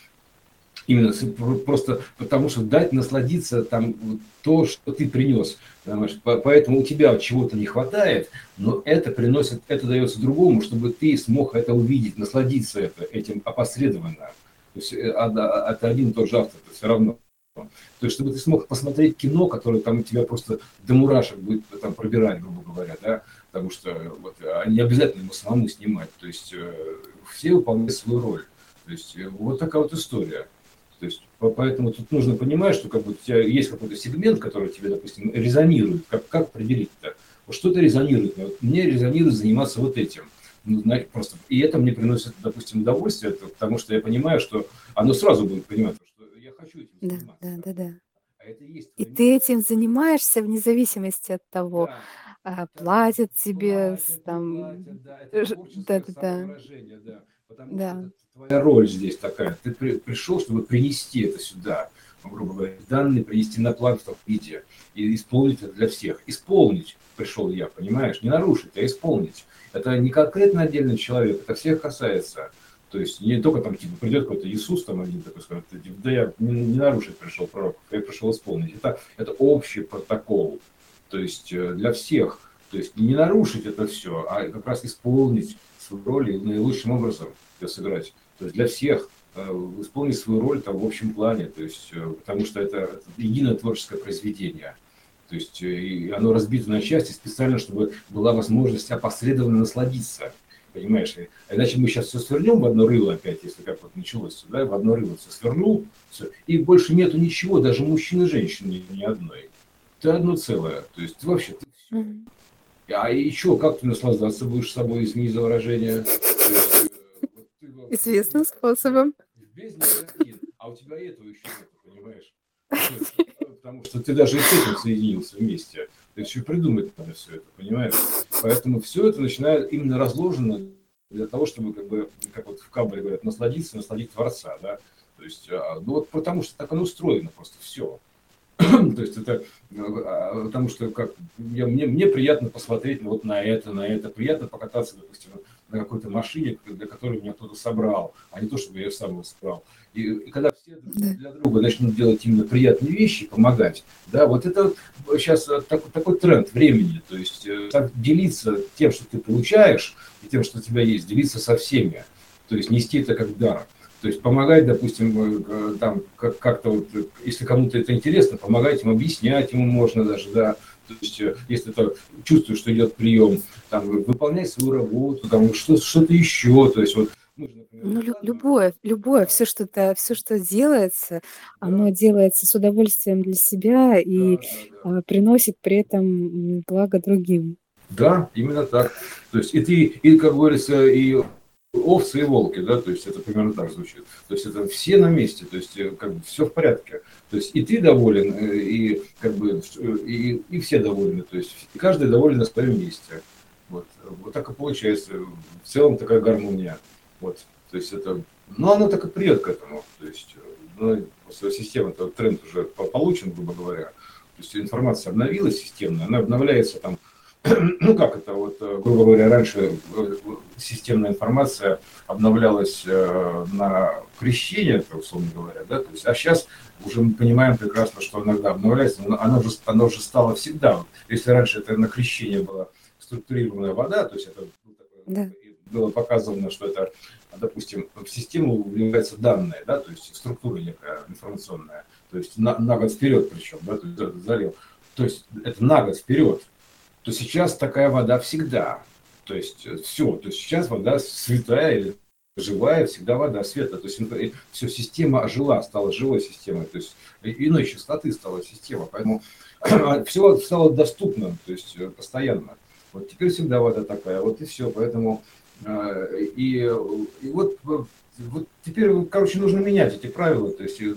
Именно просто потому, что дать насладиться там вот, то, что ты принес. Понимаешь? Поэтому у тебя чего-то не хватает, но это приносит, это дается другому, чтобы ты смог это увидеть, насладиться это, этим опосредованно. То есть это один и тот же автор, это все равно. То есть, чтобы ты смог посмотреть кино, которое там у тебя просто до мурашек будет там пробирать, грубо говоря, да, потому что вот, не обязательно ему самому снимать. То есть все выполняют свою роль. То есть вот такая вот история. То есть, поэтому тут нужно понимать, что как бы у тебя есть какой-то сегмент, который тебе, допустим, резонирует. Как, как определить-то? Вот что-то резонирует. Вот мне резонирует заниматься вот этим. Ну, знаете, просто, и это мне приносит, допустим, удовольствие, потому что я понимаю, что оно сразу будет понимать, что я хочу этим Да, заниматься. да-да-да. А это и есть И твоя ты миссия. этим занимаешься вне зависимости от того, Да, а, да, платят тебе с платят, не там платят, да, это ж творческое да-да-да, самовыражение, да, потому что да. это твоя роль здесь такая. Ты при, пришел, чтобы принести это сюда, грубо говоря, данные принести на план в таком виде и исполнить это для всех. Исполнить пришел я, понимаешь, не нарушить, а исполнить. Это не конкретно отдельный человек, это всех касается. То есть не только там типа придет какой-то Иисус там один такой скажет, да я не, не нарушить пришел пророк, я пришел исполнить. Это, это общий протокол. То есть для всех. То есть не нарушить это все, а как раз исполнить свою роль и наилучшим образом ее сыграть. То есть для всех исполнить свою роль там в общем плане. То есть, потому что это, это единое творческое произведение. То есть и оно разбито на части специально, чтобы была возможность опосредованно насладиться. Понимаешь? А иначе мы сейчас все свернем в одно рыло опять, если как вот началось, да, в одно рыло все свернул, все, и больше нету ничего, даже мужчин и женщин ни, ни одной. Ты одно целое. То есть ты вообще ты все. Мгм. А еще как ты наслаждаться будешь собой, извини за выражение. То есть э, вот ты в Известным бездне, да, способом. в бездне ты один, а у тебя этого еще нет, понимаешь? То есть, потому что ты даже и с этим соединился вместе. То есть еще придумать надо все это, понимаешь? Поэтому все это начинает именно разложено для того, чтобы, как бы, как вот в Кабале говорят, насладиться, насладить Творца, да? То есть, а, ну вот потому что так оно устроено просто все. То есть это потому что как я, мне, мне приятно посмотреть вот на это, на это, приятно покататься, допустим, на какой-то машине, для которой меня кто-то собрал, а не то, чтобы я сам его собрал. И, и когда все друг Да. для друга начнут делать именно приятные вещи, помогать, да, вот это сейчас так, такой тренд времени, то есть так делиться тем, что ты получаешь, и тем, что у тебя есть, делиться со всеми, то есть нести это как дар. То есть помогать, допустим, там как-то вот, если кому-то это интересно, помогать им, объяснять ему можно даже, да. То есть если ты чувствуешь, что идет прием, там, выполнять свою работу, там, что, что-то еще. То есть вот мы же, например, Ну, лю выкладываем. любое любое, Да, все что-то все что делается, оно да, делается с удовольствием для себя и, да, да, да. а, приносит при этом, м, благо другим. Да, именно так. То есть и ты, и, как говорится, и овцы и волки, да, то есть это примерно так звучит. То есть это все на месте, то есть как бы все в порядке. То есть и ты доволен, и как бы и, и все довольны, то есть и каждый доволен на своем месте. Вот, вот так и получается. В целом такая гармония. Вот, то есть это, ну, оно так и придет к этому. То есть, ну, система, то тренд уже получен, грубо говоря. То есть информация обновилась системно, она обновляется там. Ну как это, вот, грубо говоря, раньше системная информация обновлялась на крещение, условно говоря, да, то есть, а сейчас уже мы понимаем прекрасно, что иногда обновляется, но она уже, она уже стала всегда. Если раньше это на крещение была структурированная вода, то есть это да. Было показано, что это, допустим, в систему вливаются данные, да, то есть структура некая информационная, то есть на, на год вперед причем, да, то есть залил, то есть это на год вперед. То сейчас такая вода всегда. То есть все. То есть сейчас вода святая или живая, всегда вода света. То есть все, система ожила, стала живой системой. То есть иной частоты стала система. Поэтому все стало доступно, то есть постоянно. Вот теперь всегда вода такая. Вот и все. Поэтому и, и вот, вот теперь, короче, нужно менять эти правила. То есть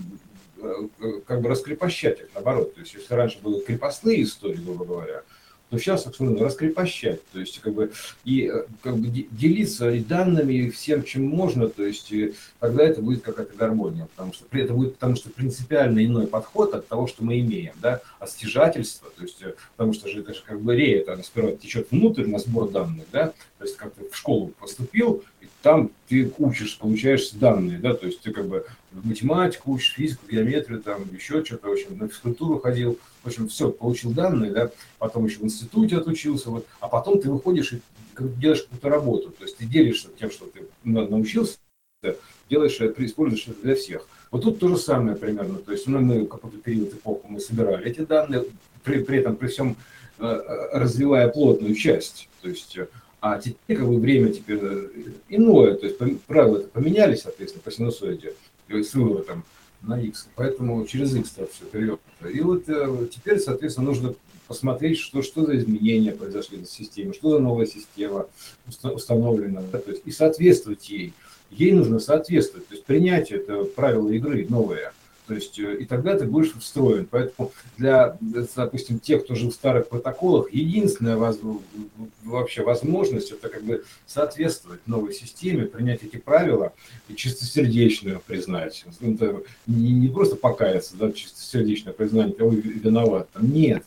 как бы раскрепощать их, наоборот. То есть если раньше были крепостные истории, грубо говоря, то сейчас их нужно раскрепощать, то есть как бы и как бы делиться и данными, и всем, чем можно, то есть тогда это будет какая-то гармония, потому что это будет, потому что принципиально иной подход от того, что мы имеем, да, от стяжательства, то есть потому что же это же как бы рея, это сперва течет внутрь на сбор данных, да, то есть как ты в школу поступил, и там ты учишь, получаешь данные, да, то есть ты как бы математику учишь, физику, геометрию, там еще что-то, в общем, на физкультуру ходил, в общем, все, получил данные, да, потом еще в институте отучился, вот, а потом ты выходишь и делаешь какую-то работу, то есть ты делишься тем, что ты научился, делаешь, используешь это для всех. Вот тут то же самое примерно, то есть ну, мы какой-то период, эпоху мы собирали эти данные, при, при этом, при всем развивая плотную часть, то есть, а теперь как бы время теперь иное, то есть правила поменялись, соответственно, по синусоиде, с выворотом на X, поэтому через X все перейдет. И вот э, теперь, соответственно, нужно посмотреть, что, что за изменения произошли в системе, что за новая система установлена, да, то есть, и соответствовать ей. Ей нужно соответствовать, то есть принять это правила игры новое. То есть, и тогда ты будешь встроен. Поэтому для, допустим, тех, кто жил в старых протоколах, единственная воз, вообще возможность это как бы соответствовать новой системе, принять эти правила и чистосердечно признать. Это не, не просто покаяться, да, чистосердечное признание, кого виноват. Нет.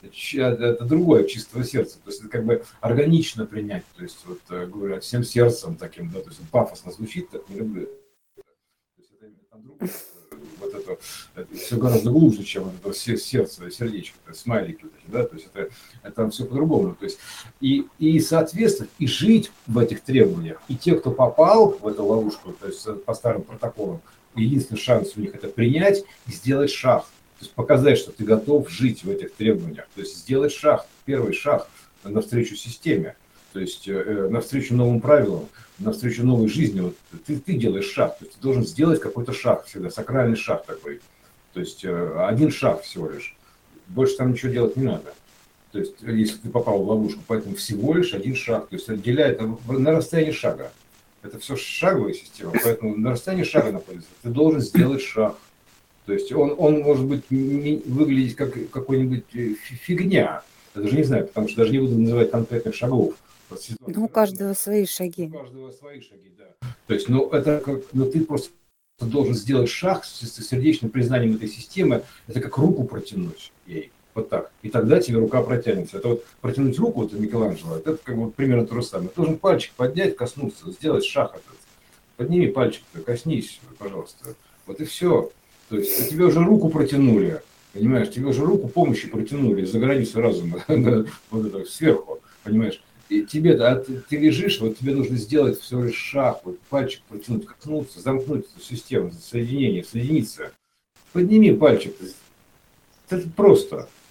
Это другое, чистого сердца. То есть это как бы органично принять. То есть, вот, говоря, всем сердцем таким, да, то есть пафосно звучит, так не люблю. То есть это там другое. Вот это, это все гораздо глубже, чем вот это сердце, сердечко, то есть смайлики, да, то есть это, это все по-другому. То есть и, и соответствовать, и жить в этих требованиях. И те, кто попал в эту ловушку, то есть по старым протоколам, единственный шанс у них это принять и сделать шаг. То есть показать, что ты готов жить в этих требованиях. То есть сделать шаг, первый шаг навстречу системе. То есть э, навстречу новым правилам, навстречу новой жизни. Вот ты, ты делаешь шаг, то есть ты должен сделать какой-то шаг всегда, сакральный шаг такой. То есть э, один шаг всего лишь. Больше там ничего делать не надо. То есть если ты попал в ловушку, поэтому всего лишь один шаг. То есть отделяет на расстоянии шага. Это все шаговая система, поэтому на расстоянии шага находится. Ты должен сделать шаг. То есть он, он может быть выглядеть как какой-нибудь фигня. Я даже не знаю, потому что даже не буду называть конкретных шагов. Ну, у каждого свои шаги. У каждого свои шаги, да. То есть, ну, это как, ну, ты просто должен сделать шаг с сердечным признанием этой системы. Это как руку протянуть ей. Вот так. И тогда тебе рука протянется. Это вот протянуть руку, это Микеланджело, это как вот примерно то же самое. Ты должен пальчик поднять, коснуться, сделать шаг этот. Подними пальчик, коснись, пожалуйста. Вот и все. То есть тебе уже руку протянули, понимаешь, тебе уже руку помощи протянули за границу разума, вот это, сверху, понимаешь. И тебе, а ты, ты лежишь, вот тебе нужно сделать всего лишь шаг, вот пальчик протянуть, коснуться, замкнуть эту систему, соединение, соединиться. Подними пальчик. Это просто.